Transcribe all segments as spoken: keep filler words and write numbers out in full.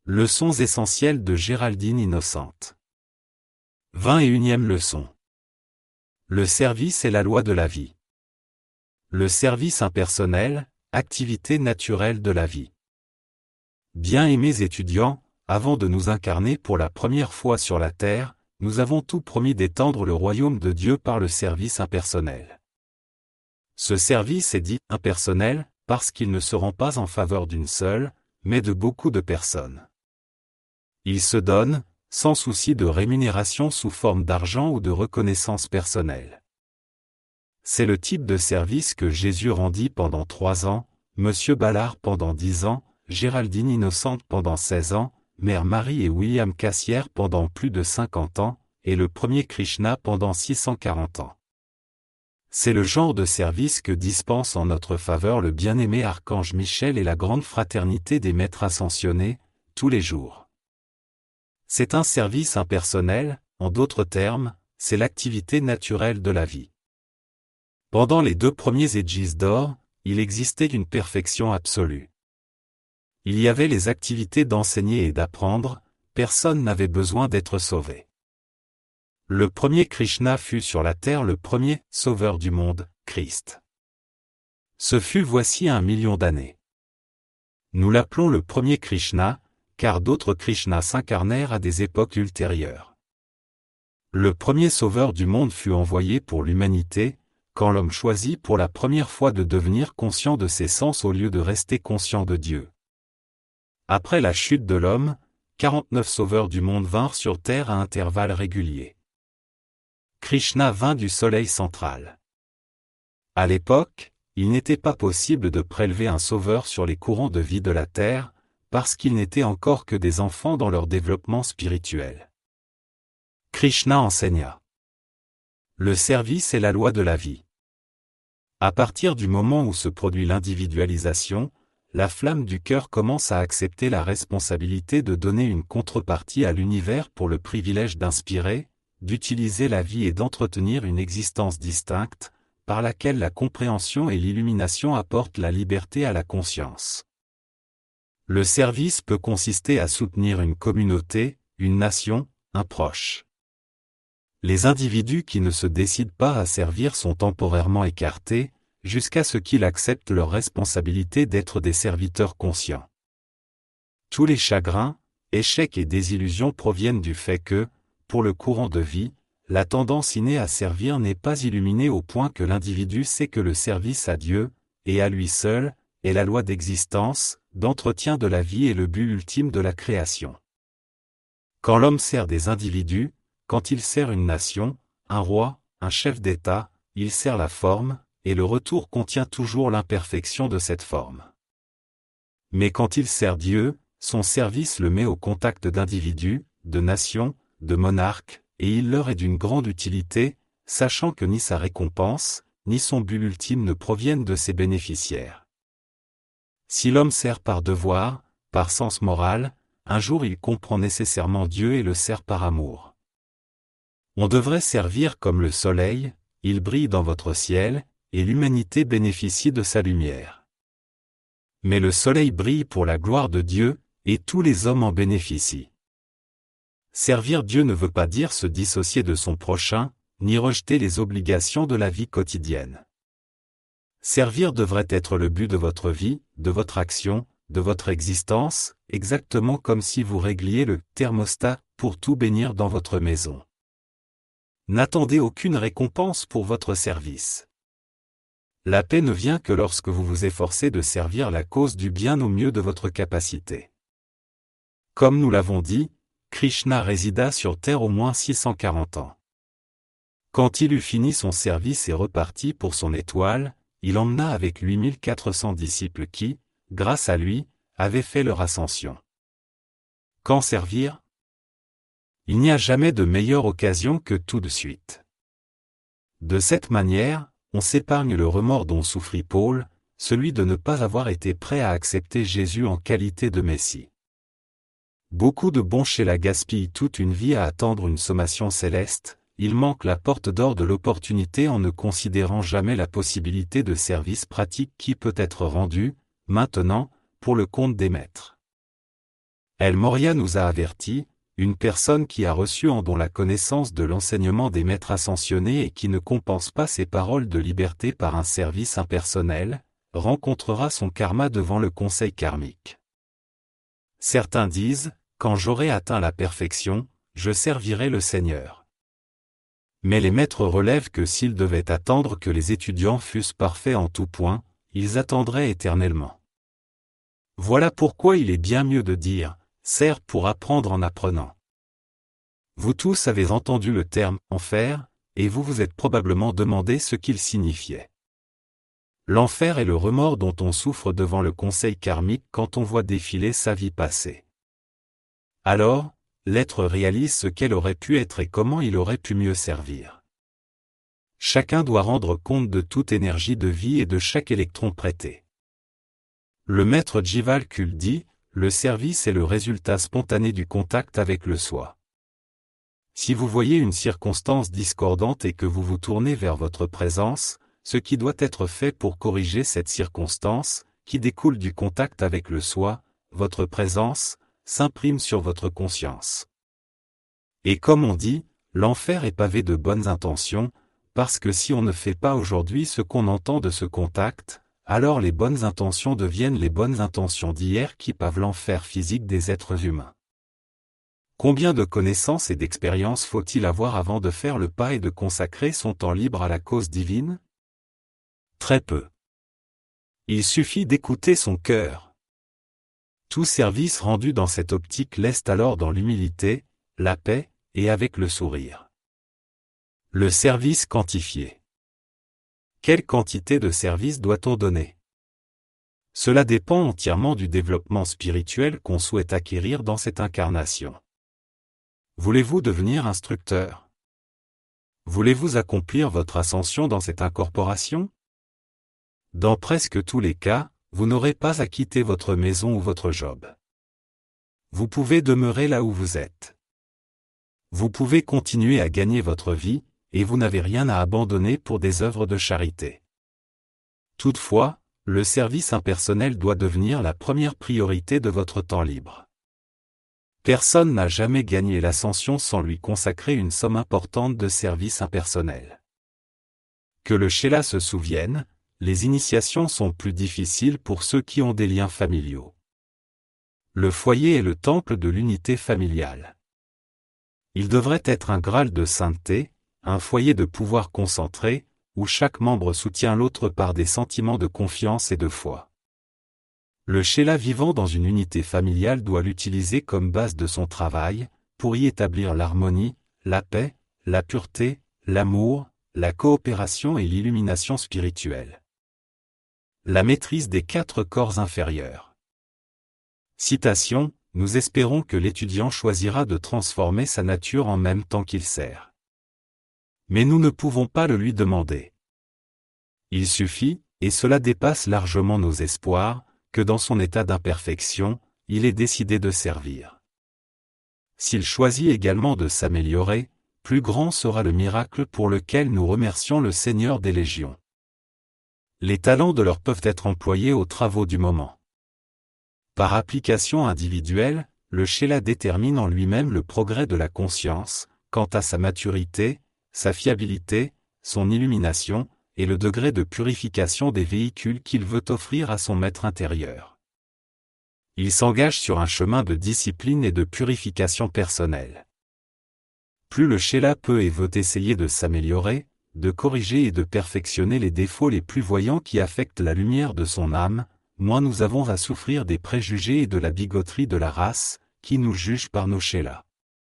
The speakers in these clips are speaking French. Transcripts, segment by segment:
Leçons essentielles de Géraldine Innocente. vingt et unième leçon. Le service est la loi de la vie. Le service impersonnel, activité naturelle de la vie. Bien-aimés étudiants, avant de nous incarner pour la première fois sur la terre, nous avons tout promis d'étendre le royaume de Dieu par le service impersonnel. Ce service est dit impersonnel parce qu'il ne se rend pas en faveur d'une seule, mais de beaucoup de personnes. Il se donne, sans souci de rémunération sous forme d'argent ou de reconnaissance personnelle. C'est le type de service que Jésus rendit pendant trois ans, Monsieur Ballard pendant dix ans, Géraldine Innocente pendant seize ans, Mère Marie et William Cassière pendant plus de cinquante ans, et le premier Krishna pendant six cent quarante ans. C'est le genre de service que dispense en notre faveur le bien-aimé Archange Michel et la grande fraternité des maîtres ascensionnés, tous les jours. C'est un service impersonnel, en d'autres termes, c'est l'activité naturelle de la vie. Pendant les deux premiers Aegis d'or, il existait une perfection absolue. Il y avait les activités d'enseigner et d'apprendre, personne n'avait besoin d'être sauvé. Le premier Krishna fut sur la terre le premier sauveur du monde, Christ. Ce fut voici un million d'années. Nous l'appelons le premier Krishna, car d'autres Krishnas s'incarnèrent à des époques ultérieures. Le premier sauveur du monde fut envoyé pour l'humanité, quand l'homme choisit pour la première fois de devenir conscient de ses sens au lieu de rester conscient de Dieu. Après la chute de l'homme, quarante-neuf sauveurs du monde vinrent sur terre à intervalles réguliers. Krishna vint du soleil central. À l'époque, il n'était pas possible de prélever un sauveur sur les courants de vie de la terre, parce qu'ils n'étaient encore que des enfants dans leur développement spirituel. Krishna enseigna. Le service est la loi de la vie. À partir du moment où se produit l'individualisation, la flamme du cœur commence à accepter la responsabilité de donner une contrepartie à l'univers pour le privilège d'inspirer, d'utiliser la vie et d'entretenir une existence distincte, par laquelle la compréhension et l'illumination apportent la liberté à la conscience. Le service peut consister à soutenir une communauté, une nation, un proche. Les individus qui ne se décident pas à servir sont temporairement écartés, jusqu'à ce qu'ils acceptent leur responsabilité d'être des serviteurs conscients. Tous les chagrins, échecs et désillusions proviennent du fait que, pour le courant de vie, la tendance innée à servir n'est pas illuminée au point que l'individu sait que le service à Dieu, et à lui seul, est la loi d'existence, d'entretien de la vie et le but ultime de la création. Quand l'homme sert des individus, quand il sert une nation, un roi, un chef d'État, il sert la forme, et le retour contient toujours l'imperfection de cette forme. Mais quand il sert Dieu, son service le met au contact d'individus, de nations, de monarques, et il leur est d'une grande utilité, sachant que ni sa récompense, ni son but ultime ne proviennent de ses bénéficiaires. Si l'homme sert par devoir, par sens moral, un jour il comprend nécessairement Dieu et le sert par amour. On devrait servir comme le soleil, il brille dans votre ciel, et l'humanité bénéficie de sa lumière. Mais le soleil brille pour la gloire de Dieu, et tous les hommes en bénéficient. Servir Dieu ne veut pas dire se dissocier de son prochain, ni rejeter les obligations de la vie quotidienne. Servir devrait être le but de votre vie, de votre action, de votre existence, exactement comme si vous régliez le thermostat pour tout bénir dans votre maison. N'attendez aucune récompense pour votre service. La paix ne vient que lorsque vous vous efforcez de servir la cause du bien au mieux de votre capacité. Comme nous l'avons dit, Krishna résida sur terre au moins six cent quarante ans. Quand il eut fini son service et reparti pour son étoile, il emmena avec lui mille quatre cents disciples qui, grâce à lui, avaient fait leur ascension. Quand servir ? Il n'y a jamais de meilleure occasion que tout de suite. De cette manière, on s'épargne le remords dont souffrit Paul, celui de ne pas avoir été prêt à accepter Jésus en qualité de Messie. Beaucoup de bons chez la gaspillent toute une vie à attendre une sommation céleste, ils manquent la porte d'or de l'opportunité en ne considérant jamais la possibilité de service pratique qui peut être rendu, maintenant, pour le compte des maîtres. El Morya nous a avertis, une personne qui a reçu en don la connaissance de l'enseignement des maîtres ascensionnés et qui ne compense pas ses paroles de liberté par un service impersonnel, rencontrera son karma devant le conseil karmique. Certains disent, quand j'aurai atteint la perfection, je servirai le Seigneur. Mais les maîtres relèvent que s'ils devaient attendre que les étudiants fussent parfaits en tout point, ils attendraient éternellement. Voilà pourquoi il est bien mieux de dire, sers pour apprendre en apprenant. Vous tous avez entendu le terme « enfer » et vous vous êtes probablement demandé ce qu'il signifiait. L'enfer est le remords dont on souffre devant le conseil karmique quand on voit défiler sa vie passée. Alors, l'être réalise ce qu'elle aurait pu être et comment il aurait pu mieux servir. Chacun doit rendre compte de toute énergie de vie et de chaque électron prêté. Le maître Jival Kul dit, le service est le résultat spontané du contact avec le soi. Si vous voyez une circonstance discordante et que vous vous tournez vers votre présence, ce qui doit être fait pour corriger cette circonstance, qui découle du contact avec le soi, votre présence, s'imprime sur votre conscience. Et comme on dit, l'enfer est pavé de bonnes intentions, parce que si on ne fait pas aujourd'hui ce qu'on entend de ce contact, alors les bonnes intentions deviennent les bonnes intentions d'hier qui pavent l'enfer physique des êtres humains. Combien de connaissances et d'expériences faut-il avoir avant de faire le pas et de consacrer son temps libre à la cause divine? Très peu. Il suffit d'écouter son cœur. Tout service rendu dans cette optique laisse alors dans l'humilité, la paix, et avec le sourire. Le service quantifié. Quelle quantité de service doit-on donner? Cela dépend entièrement du développement spirituel qu'on souhaite acquérir dans cette incarnation. Voulez-vous devenir instructeur? Voulez-vous accomplir votre ascension dans cette incorporation? Dans presque tous les cas, vous n'aurez pas à quitter votre maison ou votre job. Vous pouvez demeurer là où vous êtes. Vous pouvez continuer à gagner votre vie, et vous n'avez rien à abandonner pour des œuvres de charité. Toutefois, le service impersonnel doit devenir la première priorité de votre temps libre. Personne n'a jamais gagné l'ascension sans lui consacrer une somme importante de service impersonnel. Que le Shéla se souvienne, les initiations sont plus difficiles pour ceux qui ont des liens familiaux. Le foyer est le temple de l'unité familiale. Il devrait être un graal de sainteté, un foyer de pouvoir concentré, où chaque membre soutient l'autre par des sentiments de confiance et de foi. Le Shéla vivant dans une unité familiale doit l'utiliser comme base de son travail, pour y établir l'harmonie, la paix, la pureté, l'amour, la coopération et l'illumination spirituelle. La maîtrise des quatre corps inférieurs. Citation, nous espérons que l'étudiant choisira de transformer sa nature en même temps qu'il sert. Mais nous ne pouvons pas le lui demander. Il suffit, et cela dépasse largement nos espoirs, que dans son état d'imperfection, il ait décidé de servir. S'il choisit également de s'améliorer, plus grand sera le miracle pour lequel nous remercions le Seigneur des Légions. Les talents de l'heure peuvent être employés aux travaux du moment. Par application individuelle, le Shéla détermine en lui-même le progrès de la conscience, quant à sa maturité, sa fiabilité, son illumination, et le degré de purification des véhicules qu'il veut offrir à son maître intérieur. Il s'engage sur un chemin de discipline et de purification personnelle. Plus le Shéla peut et veut essayer de s'améliorer, de corriger et de perfectionner les défauts les plus voyants qui affectent la lumière de son âme, moins nous avons à souffrir des préjugés et de la bigoterie de la race, qui nous juge par nos Shélas.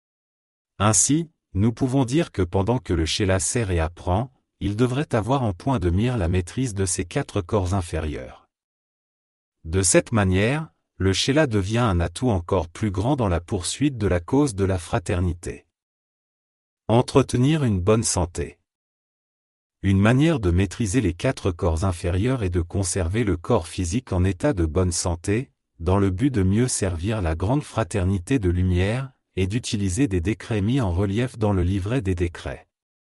Ainsi, nous pouvons dire que pendant que le Shéla sert et apprend, il devrait avoir en point de mire la maîtrise de ses quatre corps inférieurs. De cette manière, le Shéla devient un atout encore plus grand dans la poursuite de la cause de la fraternité. Entretenir une bonne santé. Une manière de maîtriser les quatre corps inférieurs est de conserver le corps physique en état de bonne santé, dans le but de mieux servir la grande fraternité de lumière, et d'utiliser des décrets mis en relief dans le livret des décrets.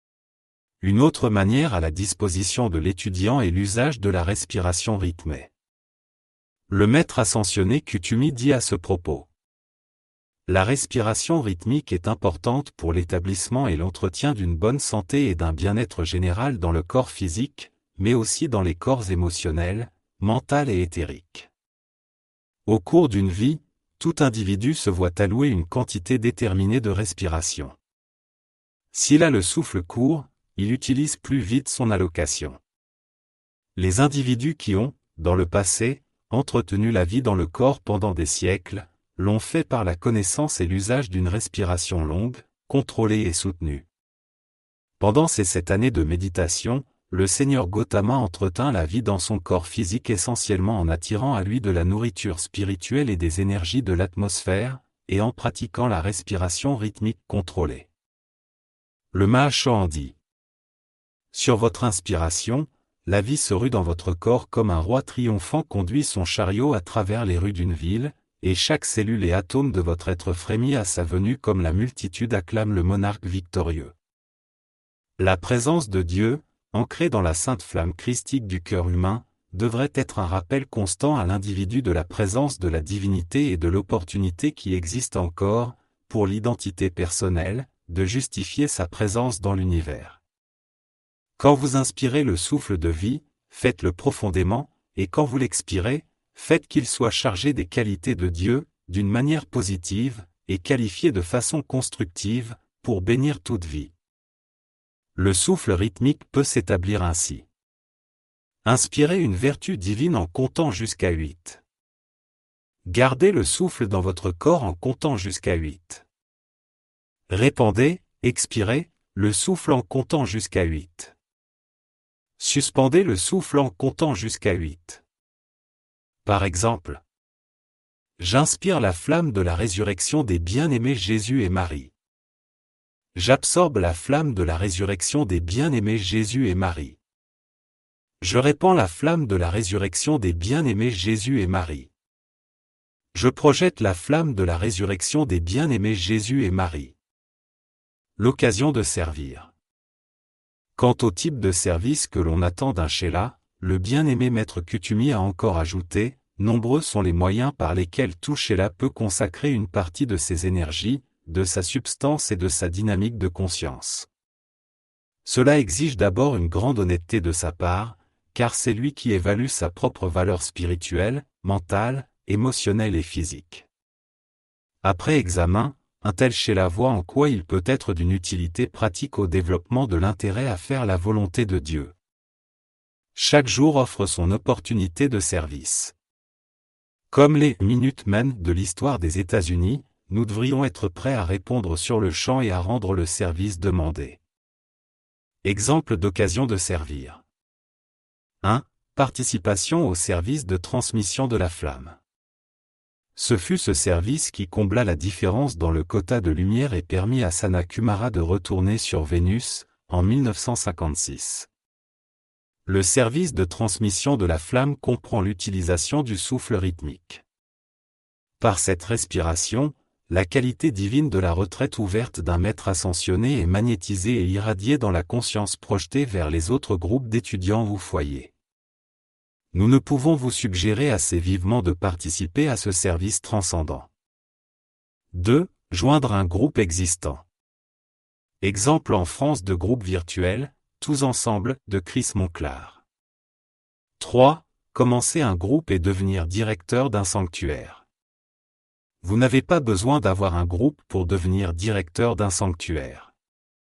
Une autre manière à la disposition de l'étudiant est l'usage de la respiration rythmée. Le maître ascensionné Kutumi dit à ce propos. La respiration rythmique est importante pour l'établissement et l'entretien d'une bonne santé et d'un bien-être général dans le corps physique, mais aussi dans les corps émotionnels, mental et éthérique. Au cours d'une vie, tout individu se voit allouer une quantité déterminée de respiration. S'il a le souffle court, il utilise plus vite son allocation. Les individus qui ont, dans le passé, entretenu la vie dans le corps pendant des siècles, l'ont fait par la connaissance et l'usage d'une respiration longue, contrôlée et soutenue. Pendant ces sept années de méditation, le seigneur Gautama entretint la vie dans son corps physique essentiellement en attirant à lui de la nourriture spirituelle et des énergies de l'atmosphère, et en pratiquant la respiration rythmique contrôlée. Le Mahashohan dit : sur votre inspiration, la vie se rue dans votre corps comme un roi triomphant conduit son chariot à travers les rues d'une ville, et chaque cellule et atome de votre être frémit à sa venue comme la multitude acclame le monarque victorieux. La présence de Dieu, ancrée dans la sainte flamme christique du cœur humain, devrait être un rappel constant à l'individu de la présence de la divinité et de l'opportunité qui existe encore, pour l'identité personnelle, de justifier sa présence dans l'univers. Quand vous inspirez le souffle de vie, faites-le profondément, et quand vous l'expirez, faites qu'il soit chargé des qualités de Dieu, d'une manière positive, et qualifié de façon constructive, pour bénir toute vie. Le souffle rythmique peut s'établir ainsi. Inspirez une vertu divine en comptant jusqu'à huit. Gardez le souffle dans votre corps en comptant jusqu'à huit. Répandez, expirez, le souffle en comptant jusqu'à huit. Suspendez le souffle en comptant jusqu'à huit. Par exemple, j'inspire la flamme de la résurrection des bien-aimés Jésus et Marie. J'absorbe la flamme de la résurrection des bien-aimés Jésus et Marie. Je répands la flamme de la résurrection des bien-aimés Jésus et Marie. Je projette la flamme de la résurrection des bien-aimés Jésus et Marie. L'occasion de servir. Quant au type de service que l'on attend d'un Shéla, le bien-aimé maître Kutumi a encore ajouté, nombreux sont les moyens par lesquels tout Shéla peut consacrer une partie de ses énergies, de sa substance et de sa dynamique de conscience. Cela exige d'abord une grande honnêteté de sa part, car c'est lui qui évalue sa propre valeur spirituelle, mentale, émotionnelle et physique. Après examen, un tel Shéla voit en quoi il peut être d'une utilité pratique au développement de l'intérêt à faire la volonté de Dieu. Chaque jour offre son opportunité de service. Comme les Minutemen de l'histoire des États-Unis, nous devrions être prêts à répondre sur le champ et à rendre le service demandé. Exemple d'occasion de servir. un. Participation au service de transmission de la flamme. Ce fut ce service qui combla la différence dans le quota de lumière et permit à Sanat Kumara de retourner sur Vénus, en mille neuf cent cinquante-six. Le service de transmission de la flamme comprend l'utilisation du souffle rythmique. Par cette respiration, la qualité divine de la retraite ouverte d'un maître ascensionné est magnétisée et irradiée dans la conscience projetée vers les autres groupes d'étudiants ou foyers. Nous ne pouvons vous suggérer assez vivement de participer à ce service transcendant. deux. Joindre un groupe existant. Exemple en France de groupe virtuel, Tous ensemble, de Chris Monclar. trois. Commencer un groupe et devenir directeur d'un sanctuaire. Vous n'avez pas besoin d'avoir un groupe pour devenir directeur d'un sanctuaire.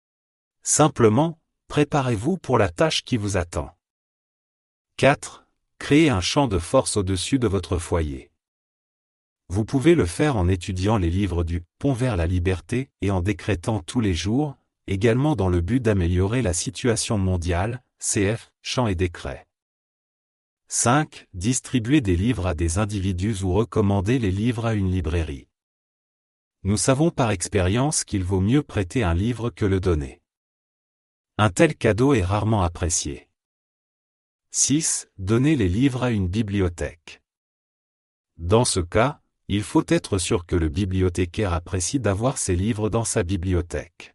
Simplement, préparez-vous pour la tâche qui vous attend. quatre. Créez un champ de force au-dessus de votre foyer. Vous pouvez le faire en étudiant les livres du Pont vers la liberté et en décrétant tous les jours, également dans le but d'améliorer la situation mondiale, C F, chants et décrets. cinq. Distribuer des livres à des individus ou recommander les livres à une librairie. Nous savons par expérience qu'il vaut mieux prêter un livre que le donner. Un tel cadeau est rarement apprécié. six. Donner les livres à une bibliothèque. Dans ce cas, il faut être sûr que le bibliothécaire apprécie d'avoir ses livres dans sa bibliothèque.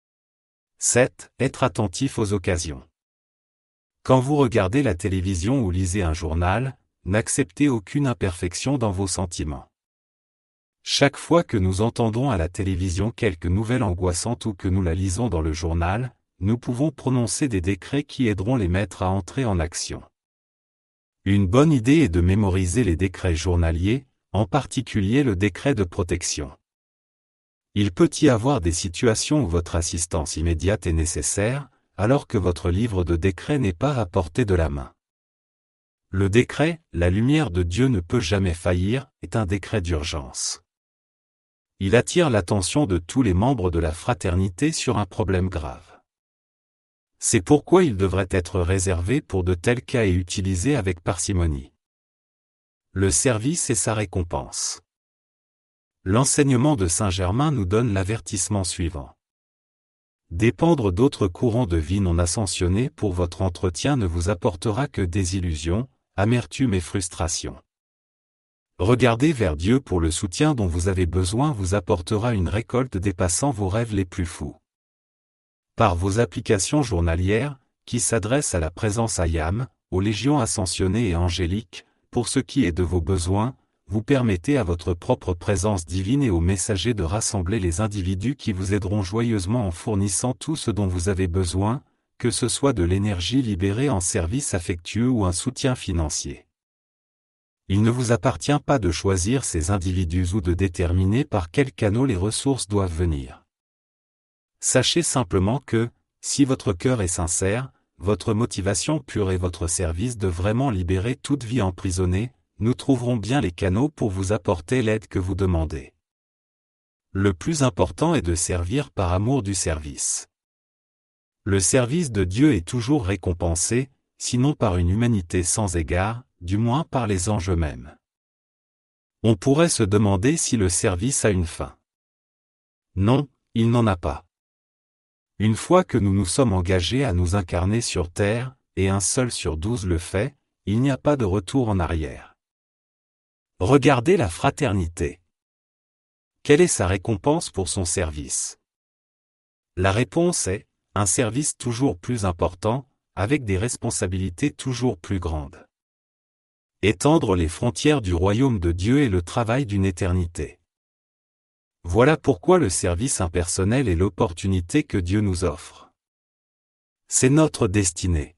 sept. Être attentif aux occasions. Quand vous regardez la télévision ou lisez un journal, n'acceptez aucune imperfection dans vos sentiments. Chaque fois que nous entendons à la télévision quelque nouvelle angoissante ou que nous la lisons dans le journal, nous pouvons prononcer des décrets qui aideront les maîtres à entrer en action. Une bonne idée est de mémoriser les décrets journaliers, en particulier le décret de protection. Il peut y avoir des situations où votre assistance immédiate est nécessaire, alors que votre livre de décrets n'est pas à portée de la main. Le décret « La lumière de Dieu ne peut jamais faillir » est un décret d'urgence. Il attire l'attention de tous les membres de la fraternité sur un problème grave. C'est pourquoi il devrait être réservé pour de tels cas et utilisé avec parcimonie. Le service et sa récompense. L'enseignement de Saint Germain nous donne l'avertissement suivant. Dépendre d'autres courants de vie non ascensionnés pour votre entretien ne vous apportera que désillusion, amertume et frustration. Regarder vers Dieu pour le soutien dont vous avez besoin vous apportera une récolte dépassant vos rêves les plus fous. Par vos applications journalières, qui s'adressent à la présence Ayam, aux légions ascensionnées et angéliques, pour ce qui est de vos besoins, vous permettez à votre propre présence divine et aux messagers de rassembler les individus qui vous aideront joyeusement en fournissant tout ce dont vous avez besoin, que ce soit de l'énergie libérée en service affectueux ou un soutien financier. Il ne vous appartient pas de choisir ces individus ou de déterminer par quel canal les ressources doivent venir. Sachez simplement que, si votre cœur est sincère, votre motivation pure et votre service de vraiment libérer toute vie emprisonnée, nous trouverons bien les canaux pour vous apporter l'aide que vous demandez. Le plus important est de servir par amour du service. Le service de Dieu est toujours récompensé, sinon par une humanité sans égard, du moins par les anges eux-mêmes. On pourrait se demander si le service a une fin. Non, il n'en a pas. Une fois que nous nous sommes engagés à nous incarner sur terre, et un seul sur douze le fait, il n'y a pas de retour en arrière. Regardez la fraternité. Quelle est sa récompense pour son service? La réponse est, un service toujours plus important, avec des responsabilités toujours plus grandes. Étendre les frontières du royaume de Dieu est le travail d'une éternité. Voilà pourquoi le service impersonnel est l'opportunité que Dieu nous offre. C'est notre destinée.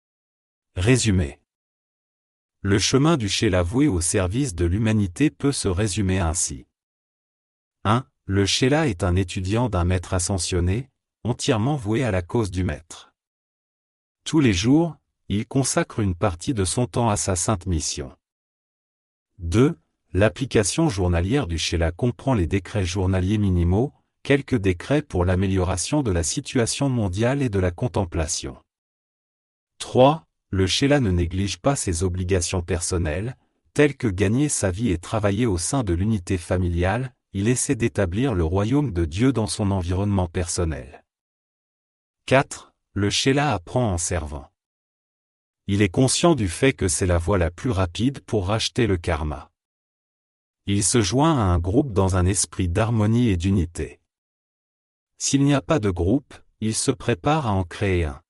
Résumé. Le chemin du Chéla voué au service de l'humanité peut se résumer ainsi. un. Le Chéla est un étudiant d'un maître ascensionné, entièrement voué à la cause du maître. Tous les jours, il consacre une partie de son temps à sa sainte mission. deux. L'application journalière du Chéla comprend les décrets journaliers minimaux, quelques décrets pour l'amélioration de la situation mondiale et de la contemplation. trois. Le Chéla ne néglige pas ses obligations personnelles, telles que gagner sa vie et travailler au sein de l'unité familiale, il essaie d'établir le royaume de Dieu dans son environnement personnel. quatre. Le Chéla apprend en servant. Il est conscient du fait que c'est la voie la plus rapide pour racheter le karma. Il se joint à un groupe dans un esprit d'harmonie et d'unité. S'il n'y a pas de groupe, il se prépare à en créer un.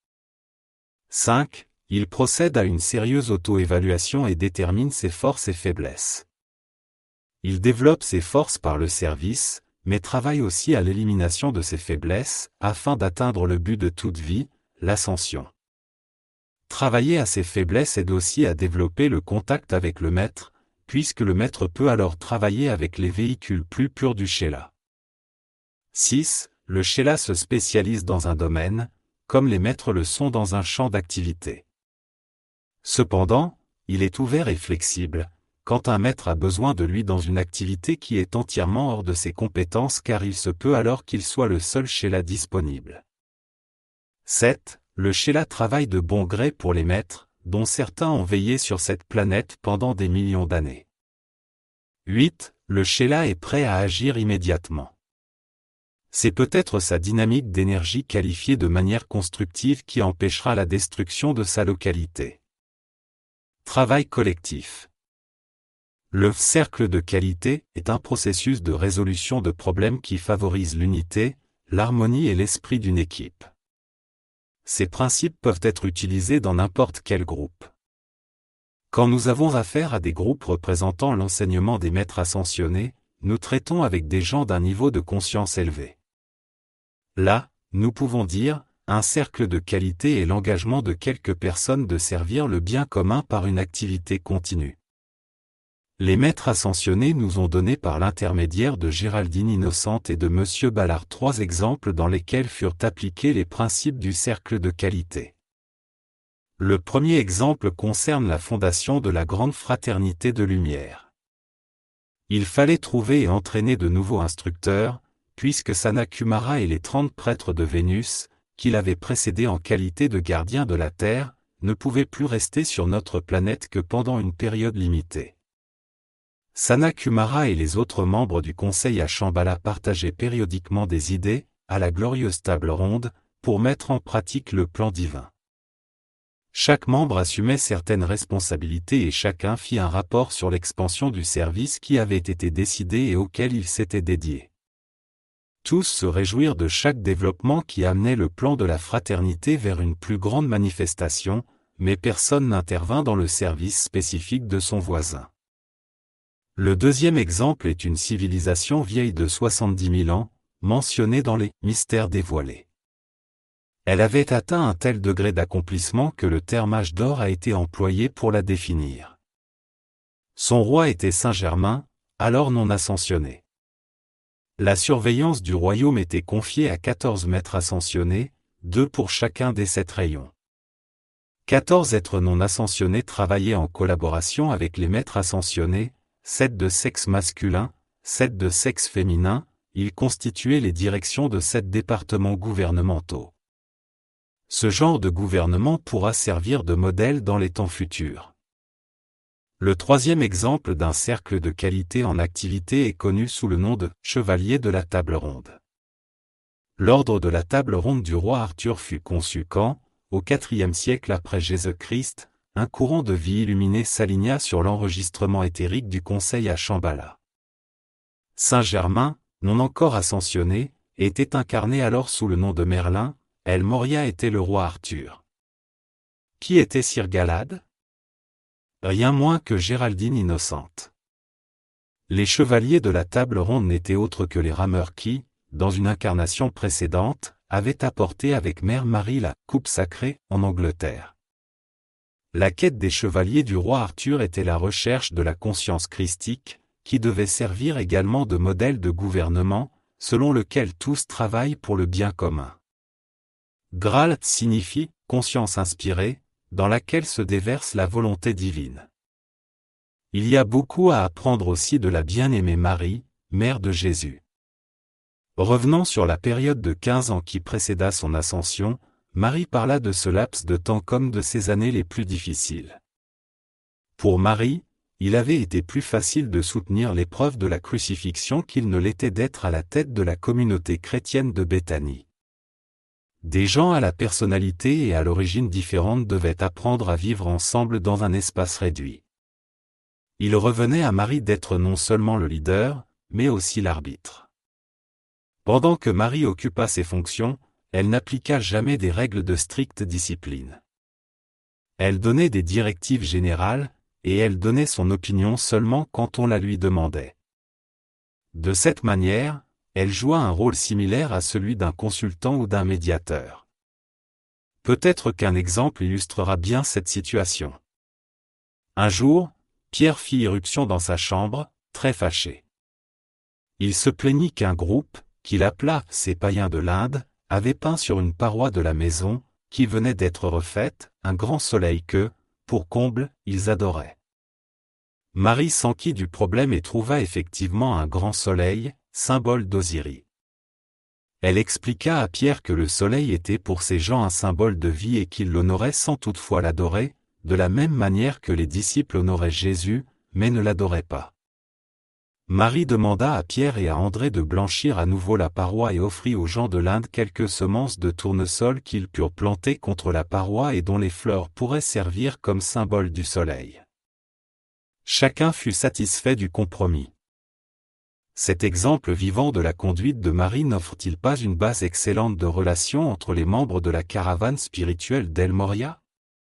cinq. Il procède à une sérieuse auto-évaluation et détermine ses forces et faiblesses. Il développe ses forces par le service, mais travaille aussi à l'élimination de ses faiblesses, afin d'atteindre le but de toute vie, l'ascension. Travailler à ses faiblesses aide aussi à développer le contact avec le maître, puisque le maître peut alors travailler avec les véhicules plus purs du Chéla. six. Le Chéla se spécialise dans un domaine, comme les maîtres le sont dans un champ d'activité. Cependant, il est ouvert et flexible, quand un maître a besoin de lui dans une activité qui est entièrement hors de ses compétences car il se peut alors qu'il soit le seul Chéla disponible. sept. Le Chéla travaille de bon gré pour les maîtres, dont certains ont veillé sur cette planète pendant des millions d'années. huit. Le Chéla est prêt à agir immédiatement. C'est peut-être sa dynamique d'énergie qualifiée de manière constructive qui empêchera la destruction de sa localité. Travail collectif. Le cercle de qualité est un processus de résolution de problèmes qui favorise l'unité, l'harmonie et l'esprit d'une équipe. Ces principes peuvent être utilisés dans n'importe quel groupe. Quand nous avons affaire à des groupes représentant l'enseignement des maîtres ascensionnés, nous traitons avec des gens d'un niveau de conscience élevé. Là, nous pouvons dire, un cercle de qualité est l'engagement de quelques personnes de servir le bien commun par une activité continue. Les maîtres ascensionnés nous ont donné par l'intermédiaire de Géraldine Innocente et de Monsieur Ballard trois exemples dans lesquels furent appliqués les principes du cercle de qualité. Le premier exemple concerne la fondation de la Grande Fraternité de Lumière. Il fallait trouver et entraîner de nouveaux instructeurs, puisque Sanat-Kumara et les trente prêtres de Vénus, qui l'avaient précédé en qualité de gardiens de la Terre, ne pouvaient plus rester sur notre planète que pendant une période limitée. Sanat-Kumara et les autres membres du conseil à Shambhala partageaient périodiquement des idées, à la glorieuse table ronde, pour mettre en pratique le plan divin. Chaque membre assumait certaines responsabilités et chacun fit un rapport sur l'expansion du service qui avait été décidé et auquel il s'était dédié. Tous se réjouirent de chaque développement qui amenait le plan de la fraternité vers une plus grande manifestation, mais personne n'intervint dans le service spécifique de son voisin. Le deuxième exemple est une civilisation vieille de soixante-dix mille ans, mentionnée dans les « mystères dévoilés ». Elle avait atteint un tel degré d'accomplissement que le terme âge d'or a été employé pour la définir. Son roi était Saint-Germain, alors non ascensionné. La surveillance du royaume était confiée à quatorze maîtres ascensionnés, deux pour chacun des sept rayons. Quatorze êtres non ascensionnés travaillaient en collaboration avec les maîtres ascensionnés, sept de sexe masculin, sept de sexe féminin, ils constituaient les directions de sept départements gouvernementaux. Ce genre de gouvernement pourra servir de modèle dans les temps futurs. Le troisième exemple d'un cercle de qualité en activité est connu sous le nom de « Chevalier de la Table Ronde ». L'ordre de la Table Ronde du roi Arthur fut conçu quand, au quatrième siècle après Jésus-Christ, un courant de vie illuminé s'aligna sur l'enregistrement éthérique du conseil à Shambhala. Saint-Germain, non encore ascensionné, était incarné alors sous le nom de Merlin, El Moria était le roi Arthur. Qui était Sir Galad ? Rien moins que Géraldine Innocente. Les chevaliers de la table ronde n'étaient autres que les rameurs qui, dans une incarnation précédente, avaient apporté avec Mère Marie la coupe sacrée en Angleterre. La quête des chevaliers du roi Arthur était la recherche de la conscience christique, qui devait servir également de modèle de gouvernement, selon lequel tous travaillent pour le bien commun. Graal signifie « conscience inspirée », dans laquelle se déverse la volonté divine. Il y a beaucoup à apprendre aussi de la bien-aimée Marie, mère de Jésus. Revenant sur la période de quinze ans qui précéda son ascension, Marie parla de ce laps de temps comme de ses années les plus difficiles. Pour Marie, il avait été plus facile de soutenir l'épreuve de la crucifixion qu'il ne l'était d'être à la tête de la communauté chrétienne de Béthanie. Des gens à la personnalité et à l'origine différente devaient apprendre à vivre ensemble dans un espace réduit. Il revenait à Marie d'être non seulement le leader, mais aussi l'arbitre. Pendant que Marie occupa ses fonctions, elle n'appliqua jamais des règles de stricte discipline. Elle donnait des directives générales, et elle donnait son opinion seulement quand on la lui demandait. De cette manière, elle joua un rôle similaire à celui d'un consultant ou d'un médiateur. Peut-être qu'un exemple illustrera bien cette situation. Un jour, Pierre fit irruption dans sa chambre, très fâché. Il se plaignit qu'un groupe, qu'il appela « ces païens de l'Inde », avait peint sur une paroi de la maison, qui venait d'être refaite, un grand soleil que, pour comble, ils adoraient. Marie s'enquit du problème et trouva effectivement un grand soleil, symbole d'Osiris. Elle expliqua à Pierre que le soleil était pour ces gens un symbole de vie et qu'ils l'honoraient sans toutefois l'adorer, de la même manière que les disciples honoraient Jésus, mais ne l'adoraient pas. Marie demanda à Pierre et à André de blanchir à nouveau la paroi et offrit aux gens de l'Inde quelques semences de tournesol qu'ils purent planter contre la paroi et dont les fleurs pourraient servir comme symbole du soleil. Chacun fut satisfait du compromis. Cet exemple vivant de la conduite de Marie n'offre-t-il pas une base excellente de relations entre les membres de la caravane spirituelle d'El Moria ?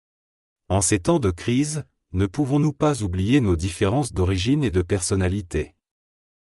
En ces temps de crise, ne pouvons-nous pas oublier nos différences d'origine et de personnalité ?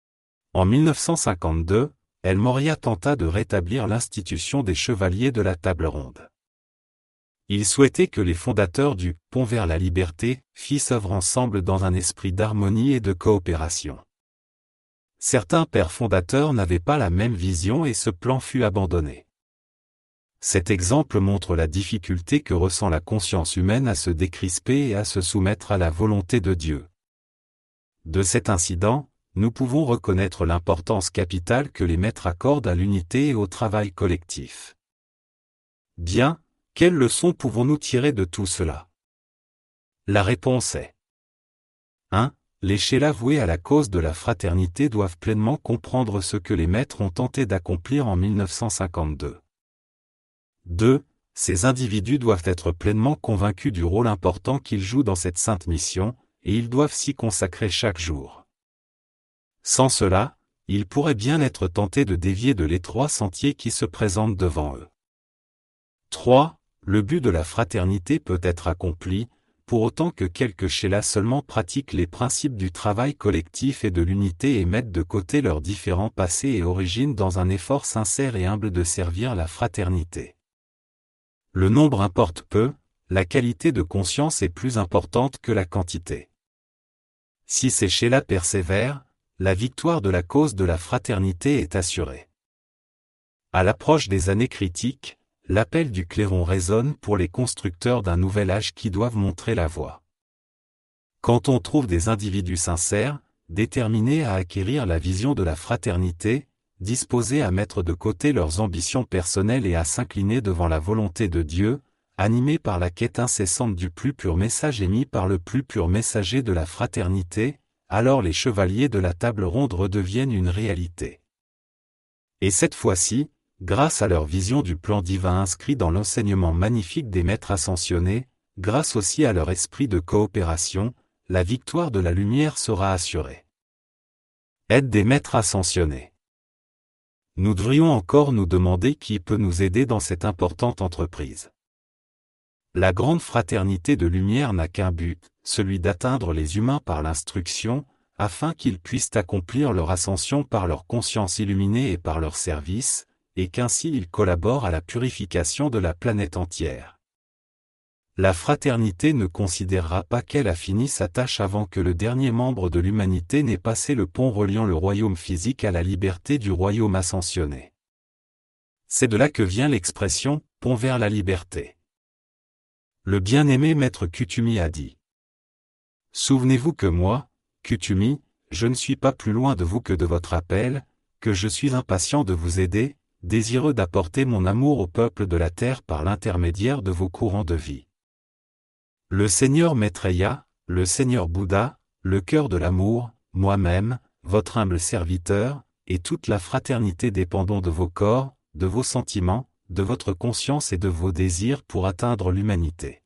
En mille neuf cent cinquante-deux, El Morya tenta de rétablir l'institution des Chevaliers de la Table Ronde. Il souhaitait que les fondateurs du Pont vers la Liberté fissent œuvre ensemble dans un esprit d'harmonie et de coopération. Certains pères fondateurs n'avaient pas la même vision et ce plan fut abandonné. Cet exemple montre la difficulté que ressent la conscience humaine à se décrisper et à se soumettre à la volonté de Dieu. De cet incident, nous pouvons reconnaître l'importance capitale que les maîtres accordent à l'unité et au travail collectif. Bien, quelles leçons pouvons-nous tirer de tout cela? La réponse est un. Les chélats voués à la cause de la fraternité doivent pleinement comprendre ce que les maîtres ont tenté d'accomplir en mille neuf cent cinquante-deux. deux. Ces individus doivent être pleinement convaincus du rôle important qu'ils jouent dans cette sainte mission, et ils doivent s'y consacrer chaque jour. Sans cela, ils pourraient bien être tentés de dévier de l'étroit sentier qui se présente devant eux. trois. Le but de la fraternité peut être accompli, pour autant que quelques chélats seulement pratiquent les principes du travail collectif et de l'unité et mettent de côté leurs différents passés et origines dans un effort sincère et humble de servir la fraternité. Le nombre importe peu, la qualité de conscience est plus importante que la quantité. Si ces chélats persévèrent, la victoire de la cause de la fraternité est assurée. À l'approche des années critiques, l'appel du clairon résonne pour les constructeurs d'un nouvel âge qui doivent montrer la voie. Quand on trouve des individus sincères, déterminés à acquérir la vision de la fraternité, disposés à mettre de côté leurs ambitions personnelles et à s'incliner devant la volonté de Dieu, animés par la quête incessante du plus pur message émis par le plus pur messager de la fraternité, alors les chevaliers de la table ronde redeviennent une réalité. Et cette fois-ci, grâce à leur vision du plan divin inscrit dans l'enseignement magnifique des maîtres ascensionnés, grâce aussi à leur esprit de coopération, la victoire de la lumière sera assurée. Aide des maîtres ascensionnés. Nous devrions encore nous demander qui peut nous aider dans cette importante entreprise. La grande fraternité de lumière n'a qu'un but, celui d'atteindre les humains par l'instruction, afin qu'ils puissent accomplir leur ascension par leur conscience illuminée et par leur service, et qu'ainsi ils collaborent à la purification de la planète entière. La fraternité ne considérera pas qu'elle a fini sa tâche avant que le dernier membre de l'humanité n'ait passé le pont reliant le royaume physique à la liberté du royaume ascensionné. C'est de là que vient l'expression « pont vers la liberté ». Le bien-aimé maître Kutumi a dit « Souvenez-vous que moi, Kutumi, je ne suis pas plus loin de vous que de votre appel, que je suis impatient de vous aider, désireux d'apporter mon amour au peuple de la terre par l'intermédiaire de vos courants de vie. Le Seigneur Maitreya, le Seigneur Bouddha, le cœur de l'amour, moi-même, votre humble serviteur, et toute la fraternité dépendons de vos corps, de vos sentiments, de votre conscience et de vos désirs pour atteindre l'humanité.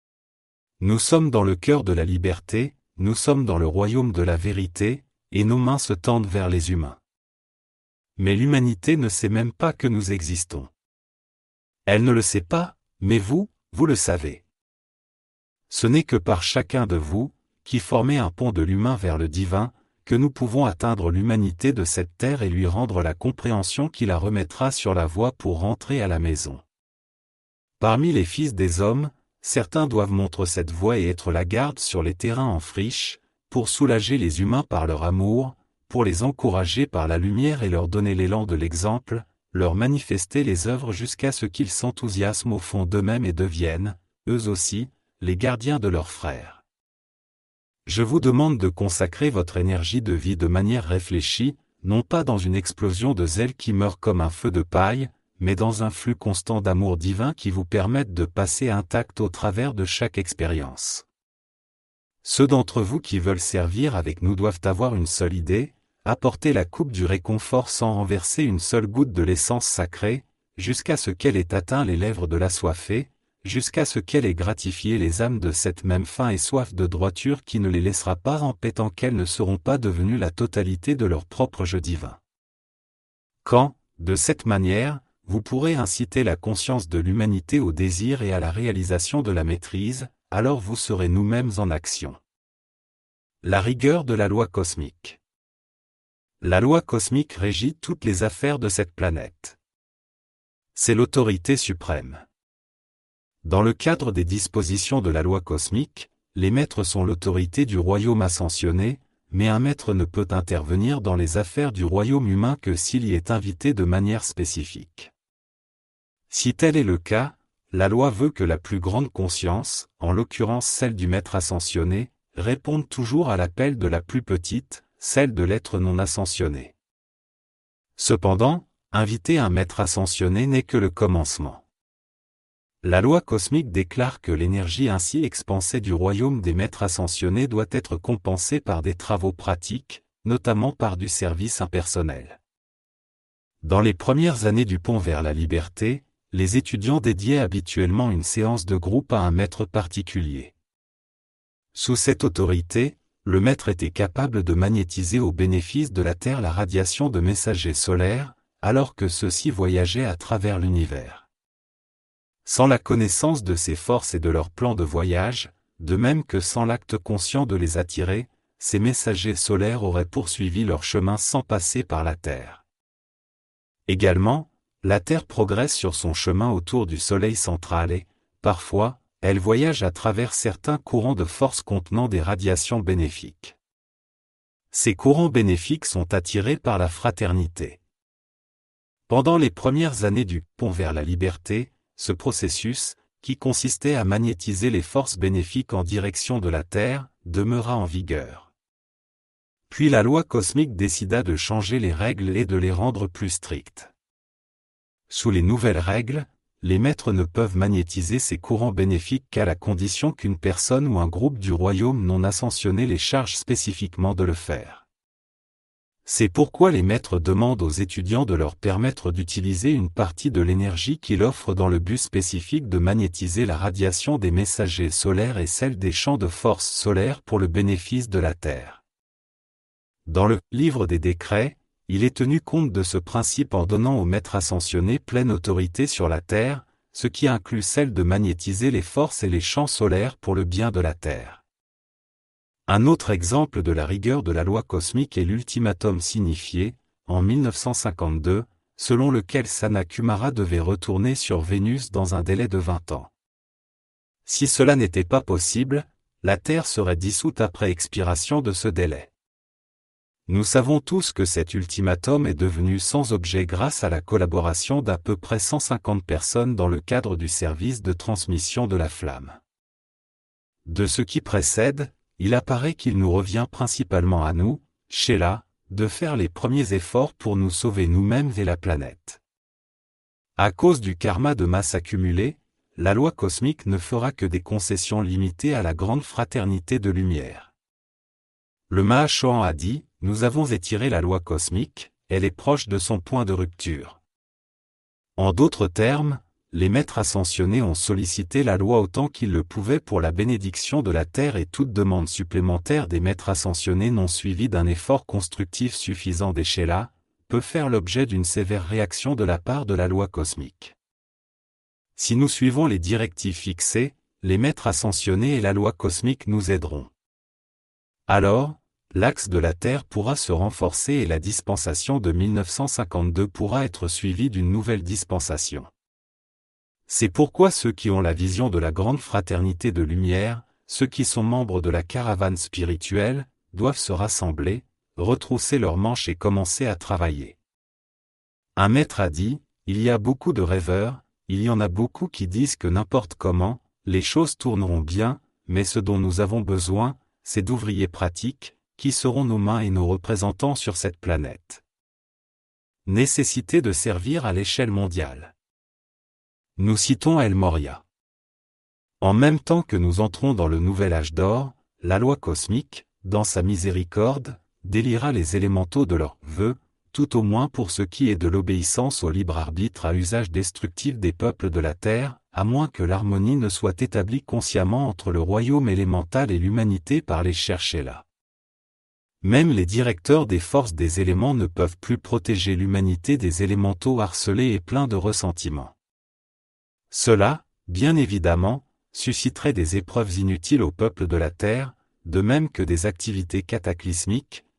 Nous sommes dans le cœur de la liberté, nous sommes dans le royaume de la vérité, et nos mains se tendent vers les humains. Mais l'humanité ne sait même pas que nous existons. Elle ne le sait pas, mais vous, vous le savez. Ce n'est que par chacun de vous, qui formez un pont de l'humain vers le divin, que nous pouvons atteindre l'humanité de cette terre et lui rendre la compréhension qui la remettra sur la voie pour rentrer à la maison. Parmi les fils des hommes, certains doivent montrer cette voie et être la garde sur les terrains en friche, pour soulager les humains par leur amour, pour les encourager par la lumière et leur donner l'élan de l'exemple, leur manifester les œuvres jusqu'à ce qu'ils s'enthousiasment au fond d'eux-mêmes et deviennent, eux aussi, les gardiens de leurs frères. Je vous demande de consacrer votre énergie de vie de manière réfléchie, non pas dans une explosion de zèle qui meurt comme un feu de paille, mais dans un flux constant d'amour divin qui vous permette de passer intact au travers de chaque expérience. Ceux d'entre vous qui veulent servir avec nous doivent avoir une seule idée, apporter la coupe du réconfort sans renverser une seule goutte de l'essence sacrée, jusqu'à ce qu'elle ait atteint les lèvres de l'assoiffé, jusqu'à ce qu'elle ait gratifié les âmes de cette même faim et soif de droiture qui ne les laissera pas en paix tant qu'elles ne seront pas devenues la totalité de leur propre jeu divin. Quand, de cette manière, vous pourrez inciter la conscience de l'humanité au désir et à la réalisation de la maîtrise, alors vous serez nous-mêmes en action. La rigueur de la loi cosmique. La loi cosmique régit toutes les affaires de cette planète. C'est l'autorité suprême. Dans le cadre des dispositions de la loi cosmique, les maîtres sont l'autorité du royaume ascensionné, mais un maître ne peut intervenir dans les affaires du royaume humain que s'il y est invité de manière spécifique. Si tel est le cas, la loi veut que la plus grande conscience, en l'occurrence celle du maître ascensionné, réponde toujours à l'appel de la plus petite, celle de l'être non ascensionné. Cependant, inviter un maître ascensionné n'est que le commencement. La loi cosmique déclare que l'énergie ainsi expansée du royaume des maîtres ascensionnés doit être compensée par des travaux pratiques, notamment par du service impersonnel. Dans les premières années du pont vers la liberté, les étudiants dédiaient habituellement une séance de groupe à un maître particulier. Sous cette autorité, le maître était capable de magnétiser au bénéfice de la Terre la radiation de messagers solaires, alors que ceux-ci voyageaient à travers l'univers. Sans la connaissance de ces forces et de leur plan de voyage, de même que sans l'acte conscient de les attirer, ces messagers solaires auraient poursuivi leur chemin sans passer par la Terre. Également, la Terre progresse sur son chemin autour du Soleil central et, parfois, elle voyage à travers certains courants de force contenant des radiations bénéfiques. Ces courants bénéfiques sont attirés par la fraternité. Pendant les premières années du pont vers la liberté, ce processus, qui consistait à magnétiser les forces bénéfiques en direction de la Terre, demeura en vigueur. Puis la loi cosmique décida de changer les règles et de les rendre plus strictes. Sous les nouvelles règles, les maîtres ne peuvent magnétiser ces courants bénéfiques qu'à la condition qu'une personne ou un groupe du royaume non ascensionné les charge spécifiquement de le faire. C'est pourquoi les maîtres demandent aux étudiants de leur permettre d'utiliser une partie de l'énergie qu'ils offrent dans le but spécifique de magnétiser la radiation des messagers solaires et celle des champs de force solaire pour le bénéfice de la Terre. Dans le « Livre des décrets », il est tenu compte de ce principe en donnant aux maîtres ascensionnés pleine autorité sur la Terre, ce qui inclut celle de magnétiser les forces et les champs solaires pour le bien de la Terre. Un autre exemple de la rigueur de la loi cosmique est l'ultimatum signifié, en mille neuf cent cinquante-deux, selon lequel Sanat Kumara devait retourner sur Vénus dans un délai de vingt ans. Si cela n'était pas possible, la Terre serait dissoute après expiration de ce délai. Nous savons tous que cet ultimatum est devenu sans objet grâce à la collaboration d'à peu près cent cinquante personnes dans le cadre du service de transmission de la flamme. De ce qui précède, il apparaît qu'il nous revient principalement à nous, Sheila, de faire les premiers efforts pour nous sauver nous-mêmes et la planète. À cause du karma de masse accumulé, la loi cosmique ne fera que des concessions limitées à la grande fraternité de lumière. Le Mahachohan a dit, « Nous avons étiré la loi cosmique, elle est proche de son point de rupture. » En d'autres termes, les maîtres ascensionnés ont sollicité la loi autant qu'ils le pouvaient pour la bénédiction de la Terre et toute demande supplémentaire des maîtres ascensionnés non suivie d'un effort constructif suffisant des Sheila, peut faire l'objet d'une sévère réaction de la part de la loi cosmique. Si nous suivons les directives fixées, les maîtres ascensionnés et la loi cosmique nous aideront. Alors, l'axe de la Terre pourra se renforcer et la dispensation de mille neuf cent cinquante-deux pourra être suivie d'une nouvelle dispensation. C'est pourquoi ceux qui ont la vision de la grande fraternité de lumière, ceux qui sont membres de la caravane spirituelle, doivent se rassembler, retrousser leurs manches et commencer à travailler. Un maître a dit, il y a beaucoup de rêveurs, il y en a beaucoup qui disent que n'importe comment, les choses tourneront bien, mais ce dont nous avons besoin, c'est d'ouvriers pratiques, qui seront nos mains et nos représentants sur cette planète. Nécessité de servir à l'échelle mondiale. Nous citons El Morya. En même temps que nous entrons dans le nouvel âge d'or, la loi cosmique, dans sa miséricorde, délira les élémentaux de leurs vœux, tout au moins pour ce qui est de l'obéissance au libre arbitre à usage destructif des peuples de la terre, à moins que l'harmonie ne soit établie consciemment entre le royaume élémental et l'humanité par les chercher là. Même les directeurs des forces des éléments ne peuvent plus protéger l'humanité des élémentaux harcelés et pleins de ressentiments. Cela, bien évidemment, susciterait des épreuves inutiles au peuple de la Terre, de même que des activités cataclysmiques,